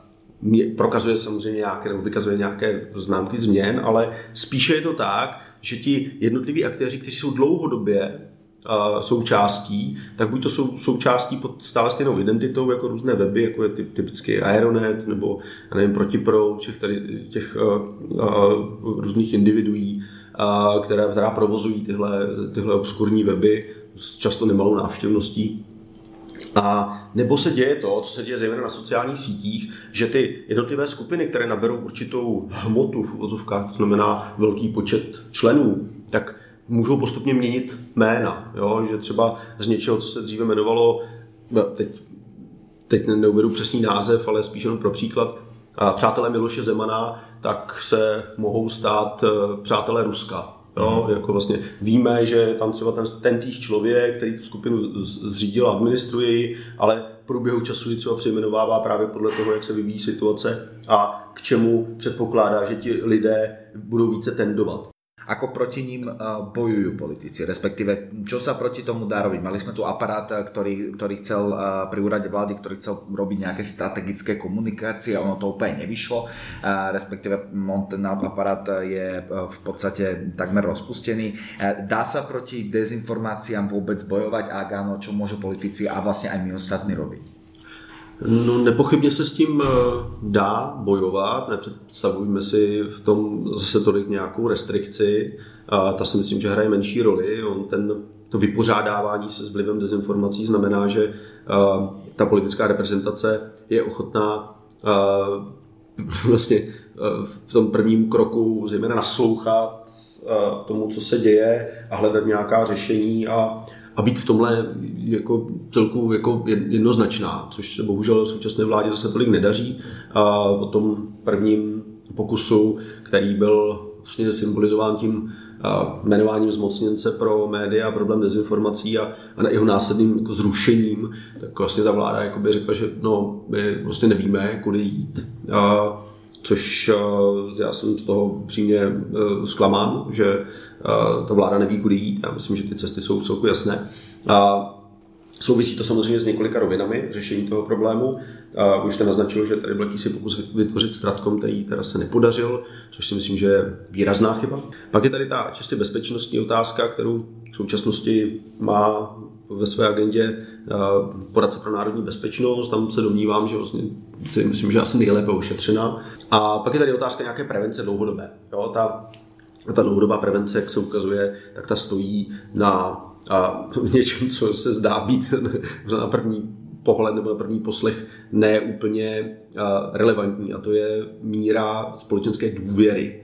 prokazuje samozřejmě nějaké, nebo vykazuje nějaké známky změn, ale spíše je to tak, že ti jednotliví aktéři, kteří jsou dlouhodobě uh, součástí, tak buď to jsou součástí pod stále stejnou identitou, jako různé weby, jako je typicky Aeronet, nebo já nevím, Protipro, těch, tady, těch uh, uh, různých individuí, uh, které, která provozují tyhle, tyhle obskurní weby s často nemalou návštěvností. A nebo se děje to, co se děje zejména na sociálních sítích, že ty jednotlivé skupiny, které naberou určitou hmotu v uvozovkách, to znamená velký počet členů, tak můžou postupně měnit jména. Jo? Že třeba z něčeho, co se dříve jmenovalo, teď, teď neuvedu přesný název, ale spíš jenom pro příklad, přátelé Miloše Zemana, tak se mohou stát přátelé Ruska. Jo, jako vlastně víme, že tam třeba ten, ten týž člověk, který tu skupinu zřídil a administruje ji, ale v průběhu času ji třeba přejmenovává právě podle toho, jak se vyvíjí situace a k čemu předpokládá, že ti lidé budou více tendovat. Ako proti ním bojujú politici, respektíve čo sa proti tomu dá robiť? Mali sme tu aparát, ktorý, ktorý chcel pri úrade vlády, ktorý chcel robiť nejaké strategické komunikácie, ono to úplne nevyšlo, respektíve ten aparát je v podstate takmer rozpustený. Dá sa proti dezinformáciám vôbec bojovať a ak áno, čo môžu politici a vlastne aj my ostatní robiť? No nepochybně se s tím dá bojovat, nepředstavujeme si v tom zase tolik nějakou restrikci, a ta si myslím, že hraje menší roli. On ten, to vypořádávání se s vlivem dezinformací znamená, že ta politická reprezentace je ochotná vlastně v tom prvním kroku zejména naslouchat tomu, co se děje a hledat nějaká řešení a a být v tomhle jako celku jako jednoznačná, což se bohužel v současné vládě zase tolik nedaří. A po tom prvním pokusu, který byl vlastně symbolizován tím jmenováním zmocněnce pro média a problém dezinformací a, a jeho následným jako zrušením, tak vlastně ta vláda jakoby řekla, že no, my vlastně nevíme, kudy jít. A, což já jsem z toho přímě zklamán, že ta vláda neví, kudy jít. Já myslím, že ty cesty jsou v celku jasné. A souvisí to samozřejmě s několika rovinami řešení toho problému. A už jste naznačil, že tady byl jakýsi pokus vytvořit Stratcom, který teda se nepodařil, což si myslím, že je výrazná chyba. Pak je tady ta čistě bezpečnostní otázka, kterou v současnosti má ve své agendě poradce pro národní bezpečnost. Tam se domnívám, že vlastně si myslím, že asi nejlépe ošetřena. A pak je tady otázka nějaké prevence dlouhodobé. Jo, ta, ta dlouhodobá prevence, jak se ukazuje, tak ta stojí na a něčem, co se zdá být na první pohled nebo na první poslech neúplně relevantní. A to je míra společenské důvěry.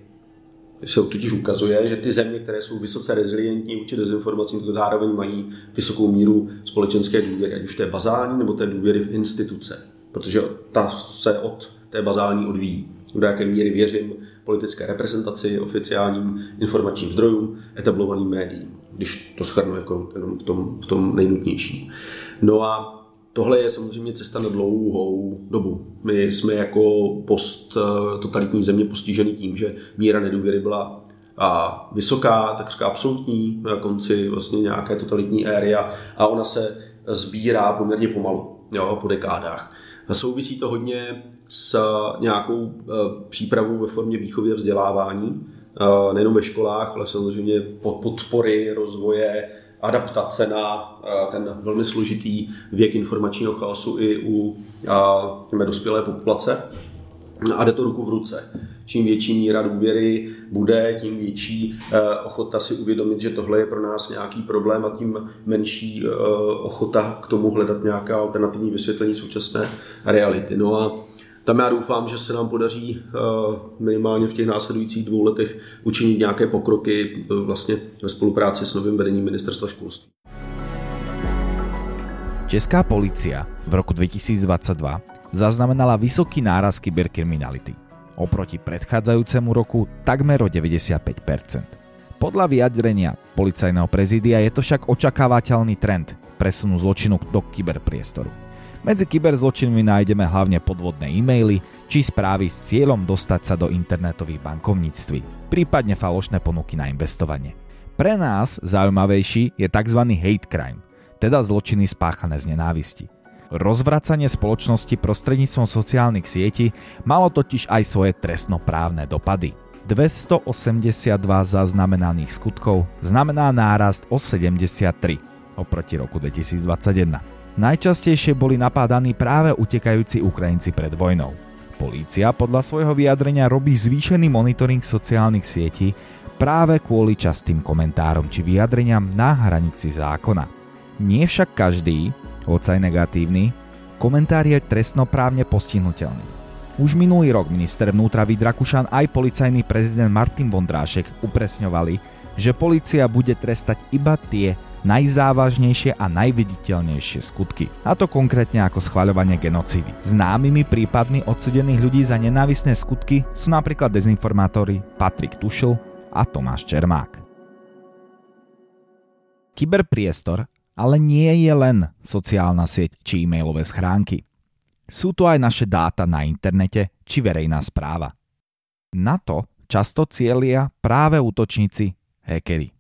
Se totiž ukazuje, že ty země, které jsou vysoce rezilientní vůči dezinformacím, to zároveň mají vysokou míru společenské důvěry, ať už to je bazální, nebo to je důvěry v instituce. Protože ta se od té bazální odvíjí. Do jaké míry věřím politické reprezentaci, oficiálním informačním zdrojům, etablovaným médiím, když to shrnu jako v tom, v tom nejnutnějším. No a tohle je samozřejmě cesta na dlouhou dobu. My jsme jako post-totalitní země postiženi tím, že míra nedůvěry byla a vysoká, takřka absolutní na konci vlastně nějaké totalitní éry a ona se sbírá poměrně pomalu, jo, po dekádách. A souvisí to hodně s nějakou přípravou ve formě výchovy a vzdělávání, nejenom ve školách, ale samozřejmě podpory rozvoje, adaptace na ten velmi složitý věk informačního chaosu i u těme dospělé populace. A jde to ruku v ruce. Čím větší míra důvěry bude, tím větší ochota si uvědomit, že tohle je pro nás nějaký problém a tím menší ochota k tomu hledat nějaké alternativní vysvětlení současné reality. No a tam já doufám, že se nám podaří minimálně v těch následujících dvou letech učinit nějaké pokroky vlastně ve spolupráci s novým vedením ministerstva školství. Česká polícia v roku dvetisícdvadsaťdva zaznamenala vysoký nárast kyberkriminality. Oproti predchádzajúcemu roku takmer o deväťdesiatpäť percent. Podľa vyjadrenia policajného prezídia je to však očakávateľný trend presunu zločinu do kyberpriestoru. Medzi kyberzločinmi nájdeme hlavne podvodné e-maily či správy s cieľom dostať sa do internetových bankovníctví, prípadne falošné ponuky na investovanie. Pre nás zaujímavejší je tzv. Hate crime, teda zločiny spáchané z nenávisti. Rozvracanie spoločnosti prostredníctvom sociálnych sietí malo totiž aj svoje trestnoprávne dopady. dvestoosemdesiatdva zaznamenaných skutkov znamená nárast o sedemdesiattri oproti roku dvetisícdvadsaťjeden. Najčastejšie boli napádaní práve utekajúci Ukrajinci pred vojnou. Polícia podľa svojho vyjadrenia robí zvýšený monitoring sociálnych sietí práve kvôli častým komentárom či vyjadreniam na hranici zákona. Nie však každý, hoď aj negatívny, komentár je trestnoprávne postihnuteľný. Už minulý rok minister vnútra Vít Rakušan aj policajný prezident Martin Vondrášek upresňovali, že polícia bude trestať iba tie najzávažnejšie a najviditeľnejšie skutky. A to konkrétne ako schvaľovanie genocídy. Známymi prípadmi odsudených ľudí za nenávistné skutky sú napríklad dezinformátori Patrik Tušl a Tomáš Čermák. Kyberpriestor ale nie je len sociálna sieť či e-mailové schránky. Sú to aj naše dáta na internete či verejná správa. Na to často cielia práve útočníci hackeri.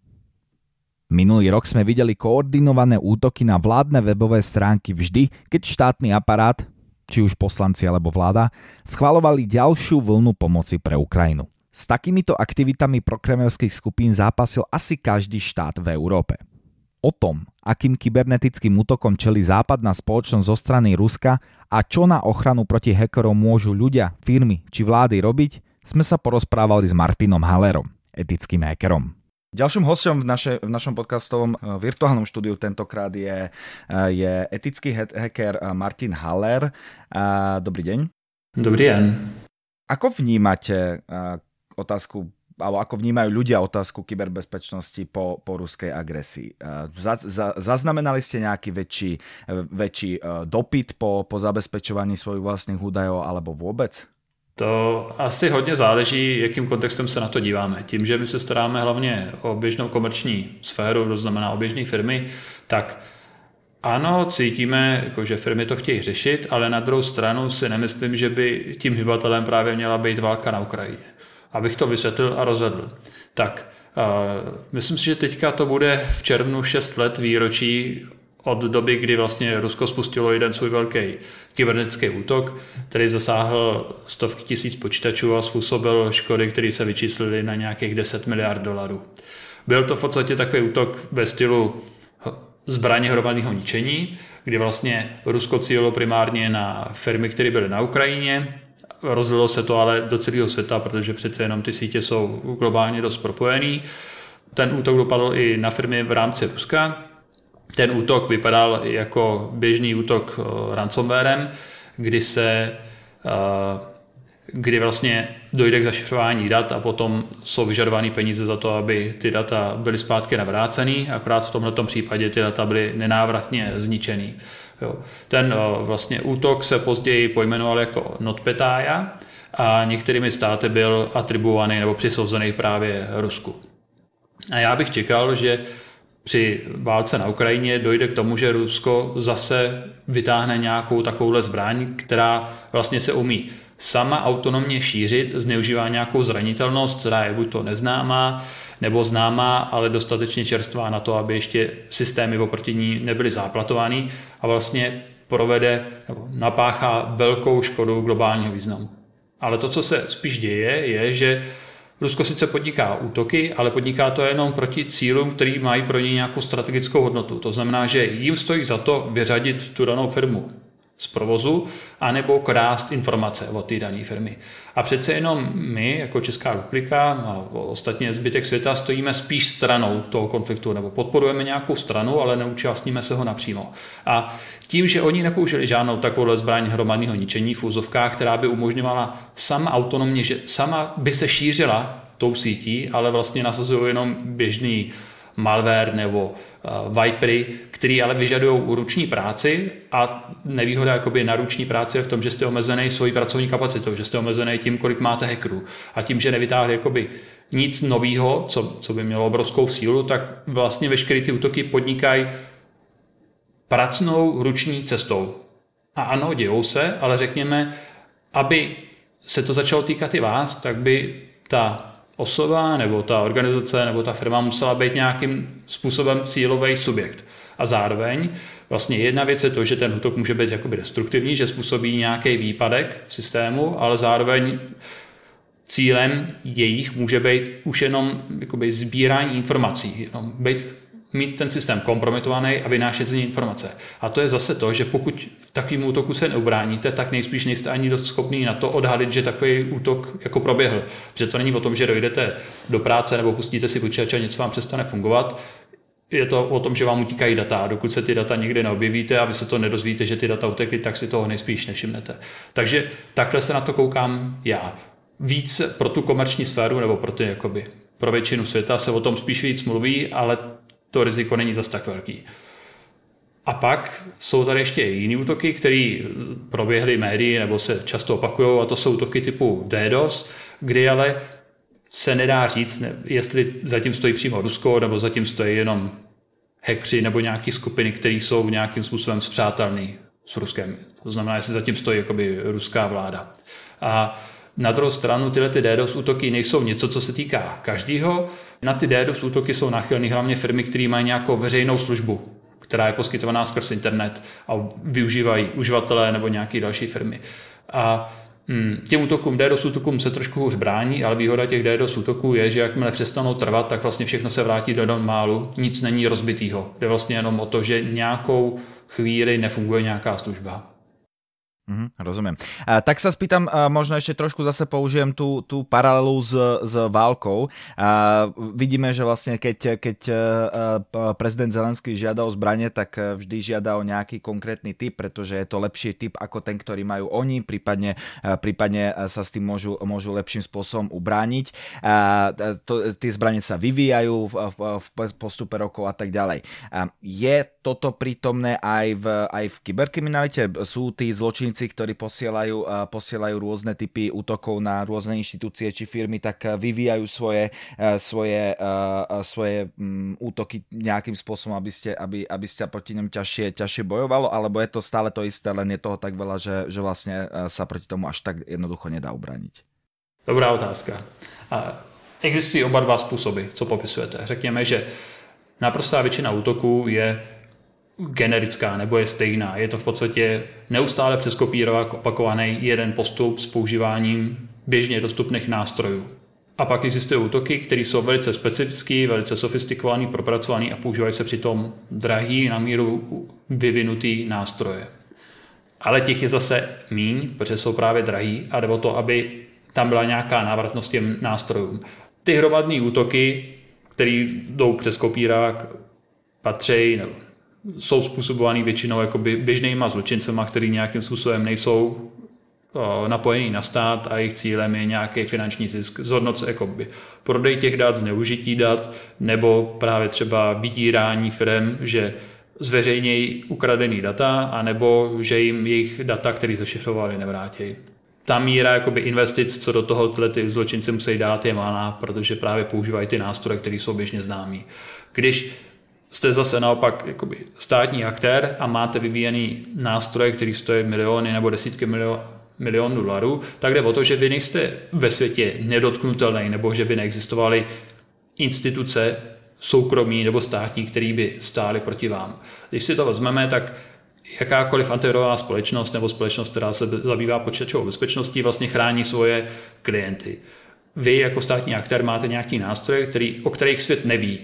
Minulý rok sme videli koordinované útoky na vládne webové stránky vždy, keď štátny aparát, či už poslanci alebo vláda, schvaľovali ďalšiu vlnu pomoci pre Ukrajinu. S takýmito aktivitami prokremelských skupín zápasil asi každý štát v Európe. O tom, akým kybernetickým útokom čelí západná spoločnosť zo strany Ruska a čo na ochranu proti hackerom môžu ľudia, firmy či vlády robiť, sme sa porozprávali s Martinom Hallerom, etickým hackerom. Ďalším hosťom v, naše, v našom podcastovom virtuálnom štúdiu tentokrát je, je etický hacker Martin Haller. Dobrý deň. Dobrý deň. Ako vnímate otázku alebo ako vnímajú ľudia otázku kyberbezpečnosti po, po ruskej agresii? Za, za, zaznamenali ste nejaký väčší, väčší dopyt po, po zabezpečovaní svojich vlastných údajov alebo vôbec? To asi hodně záleží, jakým kontextem se na to díváme. Tím, že my se staráme hlavně o běžnou komerční sféru, to znamená o běžné firmy, tak ano, cítíme, jako, že firmy to chtějí řešit, ale na druhou stranu si nemyslím, že by tím hybatelem právě měla být válka na Ukrajině. Abych to vysvětlil a rozvedl. Tak, uh, myslím si, že teďka to bude v červnu šest let výročí od doby, kdy vlastně Rusko spustilo jeden svůj velký kybernetický útok, který zasáhl stovky tisíc počítačů a způsobil škody, které se vyčíslily na nějakých deset miliard dolarů. Byl to v podstatě takový útok ve stylu zbraně hromadného ničení, kdy vlastně Rusko cílilo primárně na firmy, které byly na Ukrajině. Rozlilo se to ale do celého světa, protože přece jenom ty sítě jsou globálně dost propojený. Ten útok dopadl i na firmy v rámci Ruska. Ten útok vypadal jako běžný útok ransomwarem, kdy se kdy vlastně dojde k zašifrování dat a potom jsou vyžadovány peníze za to, aby ty data byly zpátky navrácený, akorát v tomto případě ty data byly nenávratně zničený. Jo. Ten vlastně útok se později pojmenoval jako NotPetya a některými státy byl atribuovaný nebo přisouzený právě Rusku. A já bych čekal, že při válce na Ukrajině dojde k tomu, že Rusko zase vytáhne nějakou takovouhle zbraň, která vlastně se umí sama autonomně šířit, zneužívá nějakou zranitelnost, která je buď to neznámá, nebo známá, ale dostatečně čerstvá na to, aby ještě systémy oproti ní nebyly záplatovány a vlastně provede nebo napáchá velkou škodu globálního významu. Ale to, co se spíš děje, je, že Rusko sice podniká útoky, ale podniká to jenom proti cílům, který mají pro ně nějakou strategickou hodnotu. To znamená, že jim stojí za to vyřadit tu danou firmu z provozu, anebo krást informace od té dané firmy. A přece jenom my, jako Česká republika a ostatně zbytek světa, stojíme spíš stranou toho konfliktu, nebo podporujeme nějakou stranu, ale neúčastníme se ho napřímo. A tím, že oni nepoužili žádnou takovou zbraň hromadného ničení v úzovkách, která by umožňovala sama autonomně, že sama by se šířila tou sítí, ale vlastně nasazují jenom běžný malware nebo uh, vipery, který ale vyžadují ruční práci a nevýhoda jakoby na ruční práci je v tom, že jste omezený svojí pracovní kapacitou, že jste omezený tím, kolik máte hackerů. A tím, že nevytáhli jakoby nic nového, co, co by mělo obrovskou sílu, tak vlastně veškeré ty útoky podnikají pracnou ruční cestou. A ano, dějou se, ale řekněme, aby se to začalo týkat i vás, tak by ta osoba nebo ta organizace nebo ta firma musela být nějakým způsobem cílový subjekt. A zároveň vlastně jedna věc je to, že ten útok může být jakoby destruktivní, že způsobí nějaký výpadek v systému, ale zároveň cílem jejich může být už jenom jakoby sbírání informací, jenom být, mít ten systém kompromitovaný a vynášet z něj informace. A to je zase to, že pokud takovým útoku se neubráníte, tak nejspíš nejste ani dost schopný na to odhalit, že takový útok jako proběhl. Protože to není o tom, že dojdete do práce nebo pustíte si počítač a něco vám přestane fungovat. Je to o tom, že vám utíkají data a dokud se ty data někde neobjevíte a vy se to nedozvíte, že ty data utekly, tak si toho nejspíš nevšimnete. Takže takhle se na to koukám já. Víc pro tu komerční sféru nebo pro, ty, jakoby, pro většinu světa se o tom spíš víc mluví, ale to riziko není zas tak velký. A pak jsou tady ještě jiné útoky, které proběhly médii nebo se často opakují, a to jsou útoky typu DDoS, kdy ale se nedá říct, jestli zatím stojí přímo Rusko, nebo zatím stojí jenom hackři nebo nějaké skupiny, které jsou nějakým způsobem spřátelný s Ruskem. To znamená, jestli zatím stojí jakoby ruská vláda. A na druhou stranu tyhle ty DDoS útoky nejsou něco, co se týká každého. Na ty DDoS útoky jsou náchylné hlavně firmy, které mají nějakou veřejnou službu, která je poskytovaná skrz internet a využívají uživatelé nebo nějaké další firmy. A těm útokům, DDoS útokům se trošku hůř brání, ale výhoda těch DDoS útoků je, že jakmile přestanou trvat, tak vlastně všechno se vrátí do normálu, nic není rozbitýho. Jde vlastně jenom o to, že nějakou chvíli nefunguje nějaká služba. Mm, rozumiem. A, tak sa spýtam, a možno ešte trošku zase použijem tú, tú paralelu s, s válkou. A, vidíme, že vlastne keď, keď a, prezident Zelenský žiada o zbranie, tak vždy žiada o nejaký konkrétny typ, pretože je to lepší typ ako ten, ktorý majú oni, prípadne, prípadne sa s tým môžu, môžu lepším spôsobom ubrániť. A, to, tie zbranie sa vyvíjajú v, v, v postupe rokov a tak ďalej. A, je toto prítomné aj v, aj v kyberkriminalite? Sú tí zločinci, ktorí posielajú, posielajú rôzne typy útokov na rôzne inštitúcie či firmy, tak vyvíjajú svoje, svoje, svoje útoky nejakým spôsobom, aby ste, aby, aby ste proti ňom ťažšie, ťažšie bojovalo, alebo je to stále to isté, len je toho tak veľa, že, že vlastne sa proti tomu až tak jednoducho nedá ubrániť? Dobrá otázka. Existují oba dva způsoby, co popisujete. Řekněme, že naprostá většina útoků je generická nebo je stejná. Je to v podstatě neustále přeskopírovat opakovaný jeden postup s používáním běžně dostupných nástrojů. A pak existují útoky, které jsou velice specifický, velice sofistikovaný, propracovaný a používají se přitom drahý, na míru vyvinutý nástroje. Ale těch je zase míň, protože jsou právě drahý a jde o to, aby tam byla nějaká návratnost těm nástrojům. Ty hromadné útoky, které jdou přes kopírák, patří nebo jsou způsobovaný většinou jakoby běžnýma zločincema, který nějakým způsobem nejsou napojení na stát a jejich cílem je nějaký finanční zisk, zhodnoc jakoby prodej těch dat, zneužití dat nebo právě třeba vydírání firem, že zveřejnějí ukradený data anebo že jim jejich data, které zašifrovali, nevrátí. Ta míra jakoby investic, co do toho tyhle ty zločinci musí dát, je malá, protože právě používají ty nástroje, které jsou běžně známý. Když jste zase naopak jakoby státní aktér a máte vyvíjený nástroje, který stojí miliony nebo desítky milionů milion dolarů, tak jde o to, že vy nejste ve světě nedotknutelný nebo že by neexistovaly instituce soukromí nebo státní, které by stály proti vám. Když si to vezmeme, tak jakákoliv antivirová společnost nebo společnost, která se zabývá počítačovou bezpečností, vlastně chrání svoje klienty. Vy jako státní aktér máte nějaký nástroje, který, o kterých svět neví.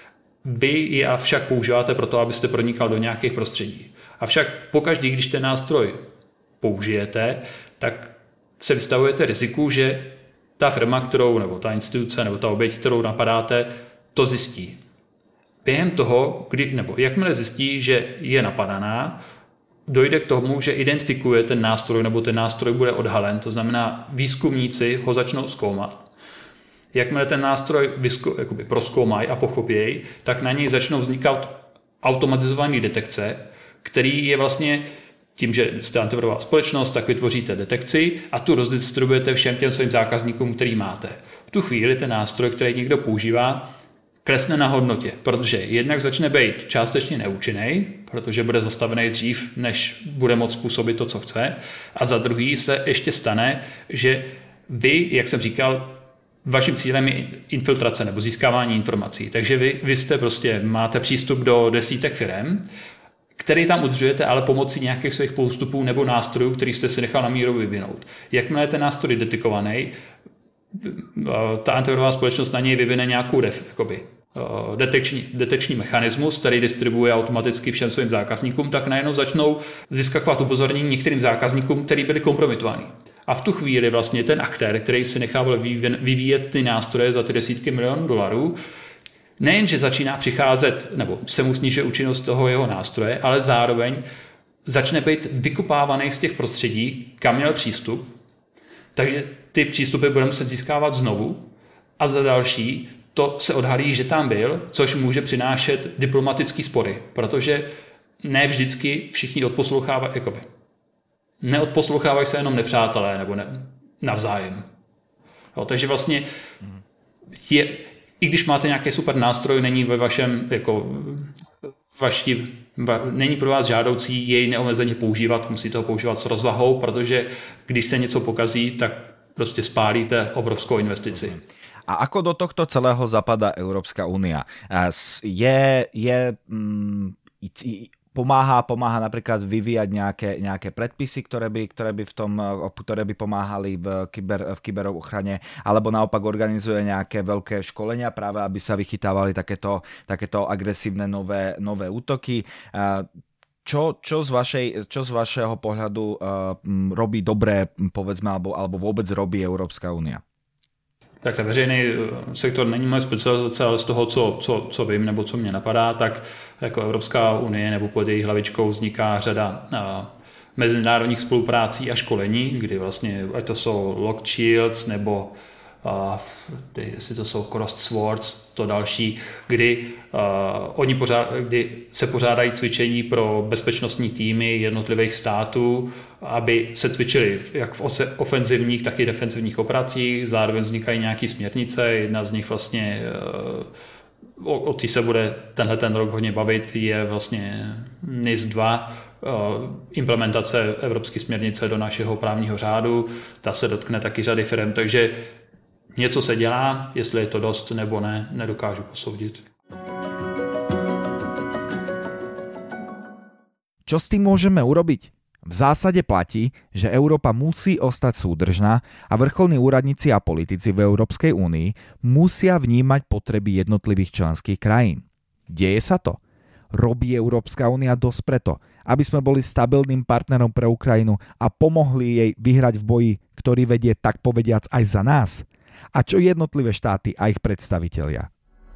Vy je však používáte proto, abyste pronikal do nějakých prostředí. Avšak pokaždý, když ten nástroj použijete, tak se vystavujete riziku, že ta firma, kterou, nebo ta instituce, nebo ta oběť, kterou napadáte, to zjistí. Během toho, kdy, nebo jakmile zjistí, že je napadaná, dojde k tomu, že identifikuje ten nástroj, nebo ten nástroj bude odhalen, to znamená, výzkumníci ho začnou zkoumat. Jakmile ten nástroj vyzko, jakoby prozkoumají a pochopějí, tak na něj začnou vznikat automatizované detekce, který je vlastně tím, že jste antivirová společnost, tak vytvoříte detekci a tu rozdistribujete všem těm svým zákazníkům, který máte. V tu chvíli ten nástroj, který někdo používá, klesne na hodnotě, protože jednak začne být částečně neúčinný, protože bude zastavený dřív, než bude moct způsobit to, co chce. A za druhý se ještě stane, že vy, jak jsem říkal, vaším cílem je infiltrace nebo získávání informací. Takže vy, vy jste prostě, máte přístup do desítek firem, který tam udržujete, ale pomocí nějakých svých postupů nebo nástrojů, který jste si nechal na míru vyvinout. Jakmile je ten nástroj detekovaný, ta antivirová společnost na něj vyvine nějakou def, jakoby, detekční, detekční mechanismus, který distribuuje automaticky všem svým zákazníkům, tak najednou začnou vyskakovat upozornění některým zákazníkům, kteří byli kompromitovaní. A v tu chvíli vlastně ten aktér, který si nechával vyvíjet ty nástroje za ty desítky milionů dolarů, nejenže začíná přicházet, nebo se mu sníží účinnost toho jeho nástroje, ale zároveň začne být vykopávaný z těch prostředí, kam měl přístup, takže ty přístupy bude muset získávat znovu a za další to se odhalí, že tam byl, což může přinášet diplomatický spory, protože ne vždycky všichni odposlouchávají, jakoby, neodposlouchávají se jenom nepřátelé nebo ne, navzájem. Jo, takže vlastně je, i když máte nějaký super nástroj, není ve vašem, jako, vaši, va, není pro vás žádoucí jej neomezeně používat, musíte ho používat s rozvahou, protože když se něco pokazí, tak prostě spálíte obrovskou investici. A ako do tohto celého zapadá Európska únia? Je, je, mm, pomáha, pomáha napríklad vyvíjať nejaké, nejaké predpisy, ktoré by, ktoré by v tom, ktoré by pomáhali v, kyber, v kyberochrane, alebo naopak organizuje nejaké veľké školenia práve, aby sa vychytávali takéto, takéto agresívne nové, nové útoky. Čo, čo, z vašej, čo z vašeho pohľadu uh, robí dobré, povedzme, alebo, alebo vôbec robí Európska únia? Takhle veřejný sektor není moje specializace, ale z toho, co, co, co vím nebo co mě napadá, tak jako Evropská unie nebo pod její hlavičkou vzniká řada a, mezinárodních spoluprácí a školení, kdy vlastně, ať to jsou Locked Shields nebo a, jestli to jsou Crossed Swords, to další, kdy, a, oni pořád, kdy se pořádají cvičení pro bezpečnostní týmy jednotlivých států, aby se cvičili jak v ofenzivních, tak i defenzivních operacích. Zároveň vznikají nějaké směrnice, jedna z nich vlastně o, o té se bude tenhle ten rok hodně bavit, je vlastně N I S dva, implementace evropské směrnice do našeho právního řádu, ta se dotkne taky řady firm, takže něco se dělá, jestli je to dost nebo ne, nedokážu posoudit. Čo s tým môžeme urobiť? V zásade platí, že Európa musí ostať súdržná a vrcholní úradníci a politici v Európskej únii musia vnímať potreby jednotlivých členských krajín. Deje sa to? Robí Európska únia dosť preto, aby sme boli stabilným partnerom pre Ukrajinu a pomohli jej vyhrať v boji, ktorý vedie tak povediac aj za nás? A čo jednotlivé štáty a ich predstavitelia?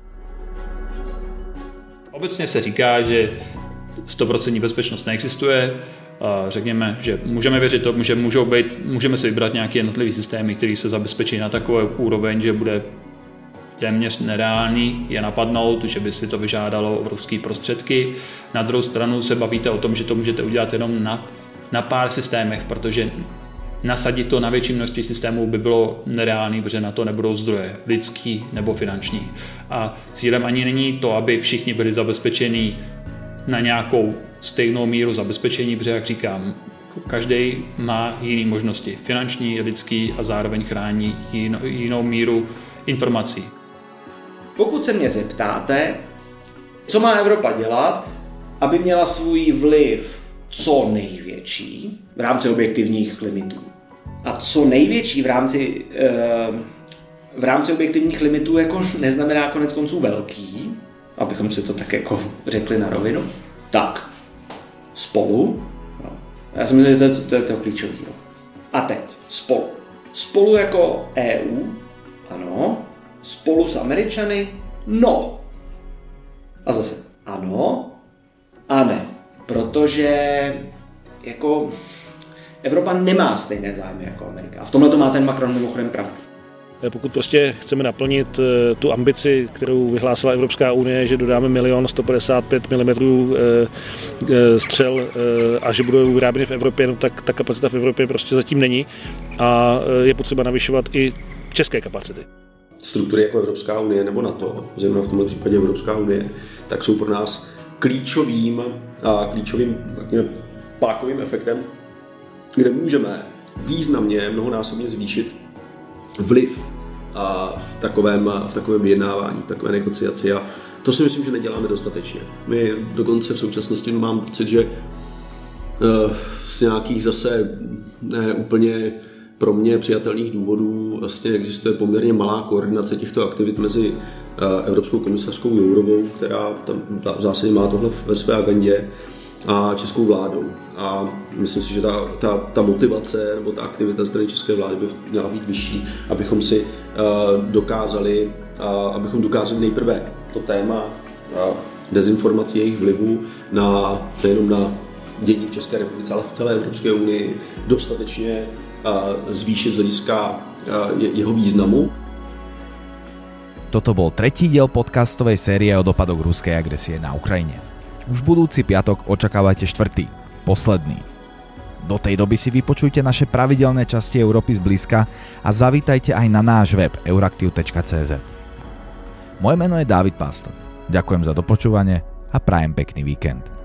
Obecně se říká, že sto procent bezpečnost neexistuje. Řekněme, že můžeme věřit tomu, že můžou být, můžeme si vybrat nějaké jednotlivé systémy, které se zabezpečí na takové úroveň, že bude téměř nereálný je napadnout, že by si to vyžádalo obrovské prostředky. Na druhou stranu se bavíte o tom, že to můžete udělat jenom na, na pár systémech, protože nasadit to na větší množství systémů by bylo nereálný, protože na to nebudou zdroje, lidský nebo finanční. A cílem ani není to, aby všichni byli zabezpečení na nějakou stejnou míru zabezpečení, protože, jak říkám, každý má jiné možnosti, finanční, lidský a zároveň chrání jinou míru informací. Pokud se mě zeptáte, co má Evropa dělat, aby měla svůj vliv co největší v rámci objektivních limitů a co největší v rámci, v rámci objektivních limitů jako neznamená konec konců velký, abychom si to tak jako řekli na rovinu, tak spolu, no. Já si myslím, že to je to, to, je to klíčový. No. A teď spolu. Spolu jako E U, ano, spolu s Američany, no. A zase ano a ne, protože jako Evropa nemá stejné zájmy jako Amerika. A v tomhle to má ten Macron mimochodem pravdu. Pokud prostě chceme naplnit tu ambici, kterou vyhlásila Evropská unie, že dodáme milion sto padesát pět milimetrů střel a že budou vyráběny v Evropě, no tak ta kapacita v Evropě prostě zatím není a je potřeba navyšovat i české kapacity. Struktury jako Evropská unie nebo NATO, zejména v tomto případě Evropská unie, tak jsou pro nás klíčovým a klíčovým pákovým efektem, kde můžeme významně mnohonásobně zvýšit vliv v takovém, v takovém vyjednávání, v takové negociaci a to si myslím, že neděláme dostatečně. My dokonce v současnosti mám pocit, že z nějakých zase ne úplně pro mě přijatelných důvodů vlastně existuje poměrně malá koordinace těchto aktivit mezi Evropskou komisařkou Jourovou, která tam v zásadě má tohle ve své agendě, a českou vládou. A myslím si, že ta, ta, ta motivace nebo ta aktivita ze strany české vlády by měla být vyšší, abychom si uh, dokázali, uh, abychom dokázali nejprve to téma uh, dezinformací, jejich vlivu na, nejenom na dění v České republice, ale v celé Evropské unii dostatečně uh, zvýšit z hlediska uh, je, jeho významu. Toto bol tretí diel podcastovej série o dopadoch ruskej agresie na Ukrajine. Už budúci piatok očakávajte štvrtý, posledný. Do tej doby si vypočujte naše pravidelné časti Európy zblízka a zavítajte aj na náš web euraktiv bodka cé zet. Moje meno je Dávid Pastor. Ďakujem za dopočúvanie a prajem pekný víkend.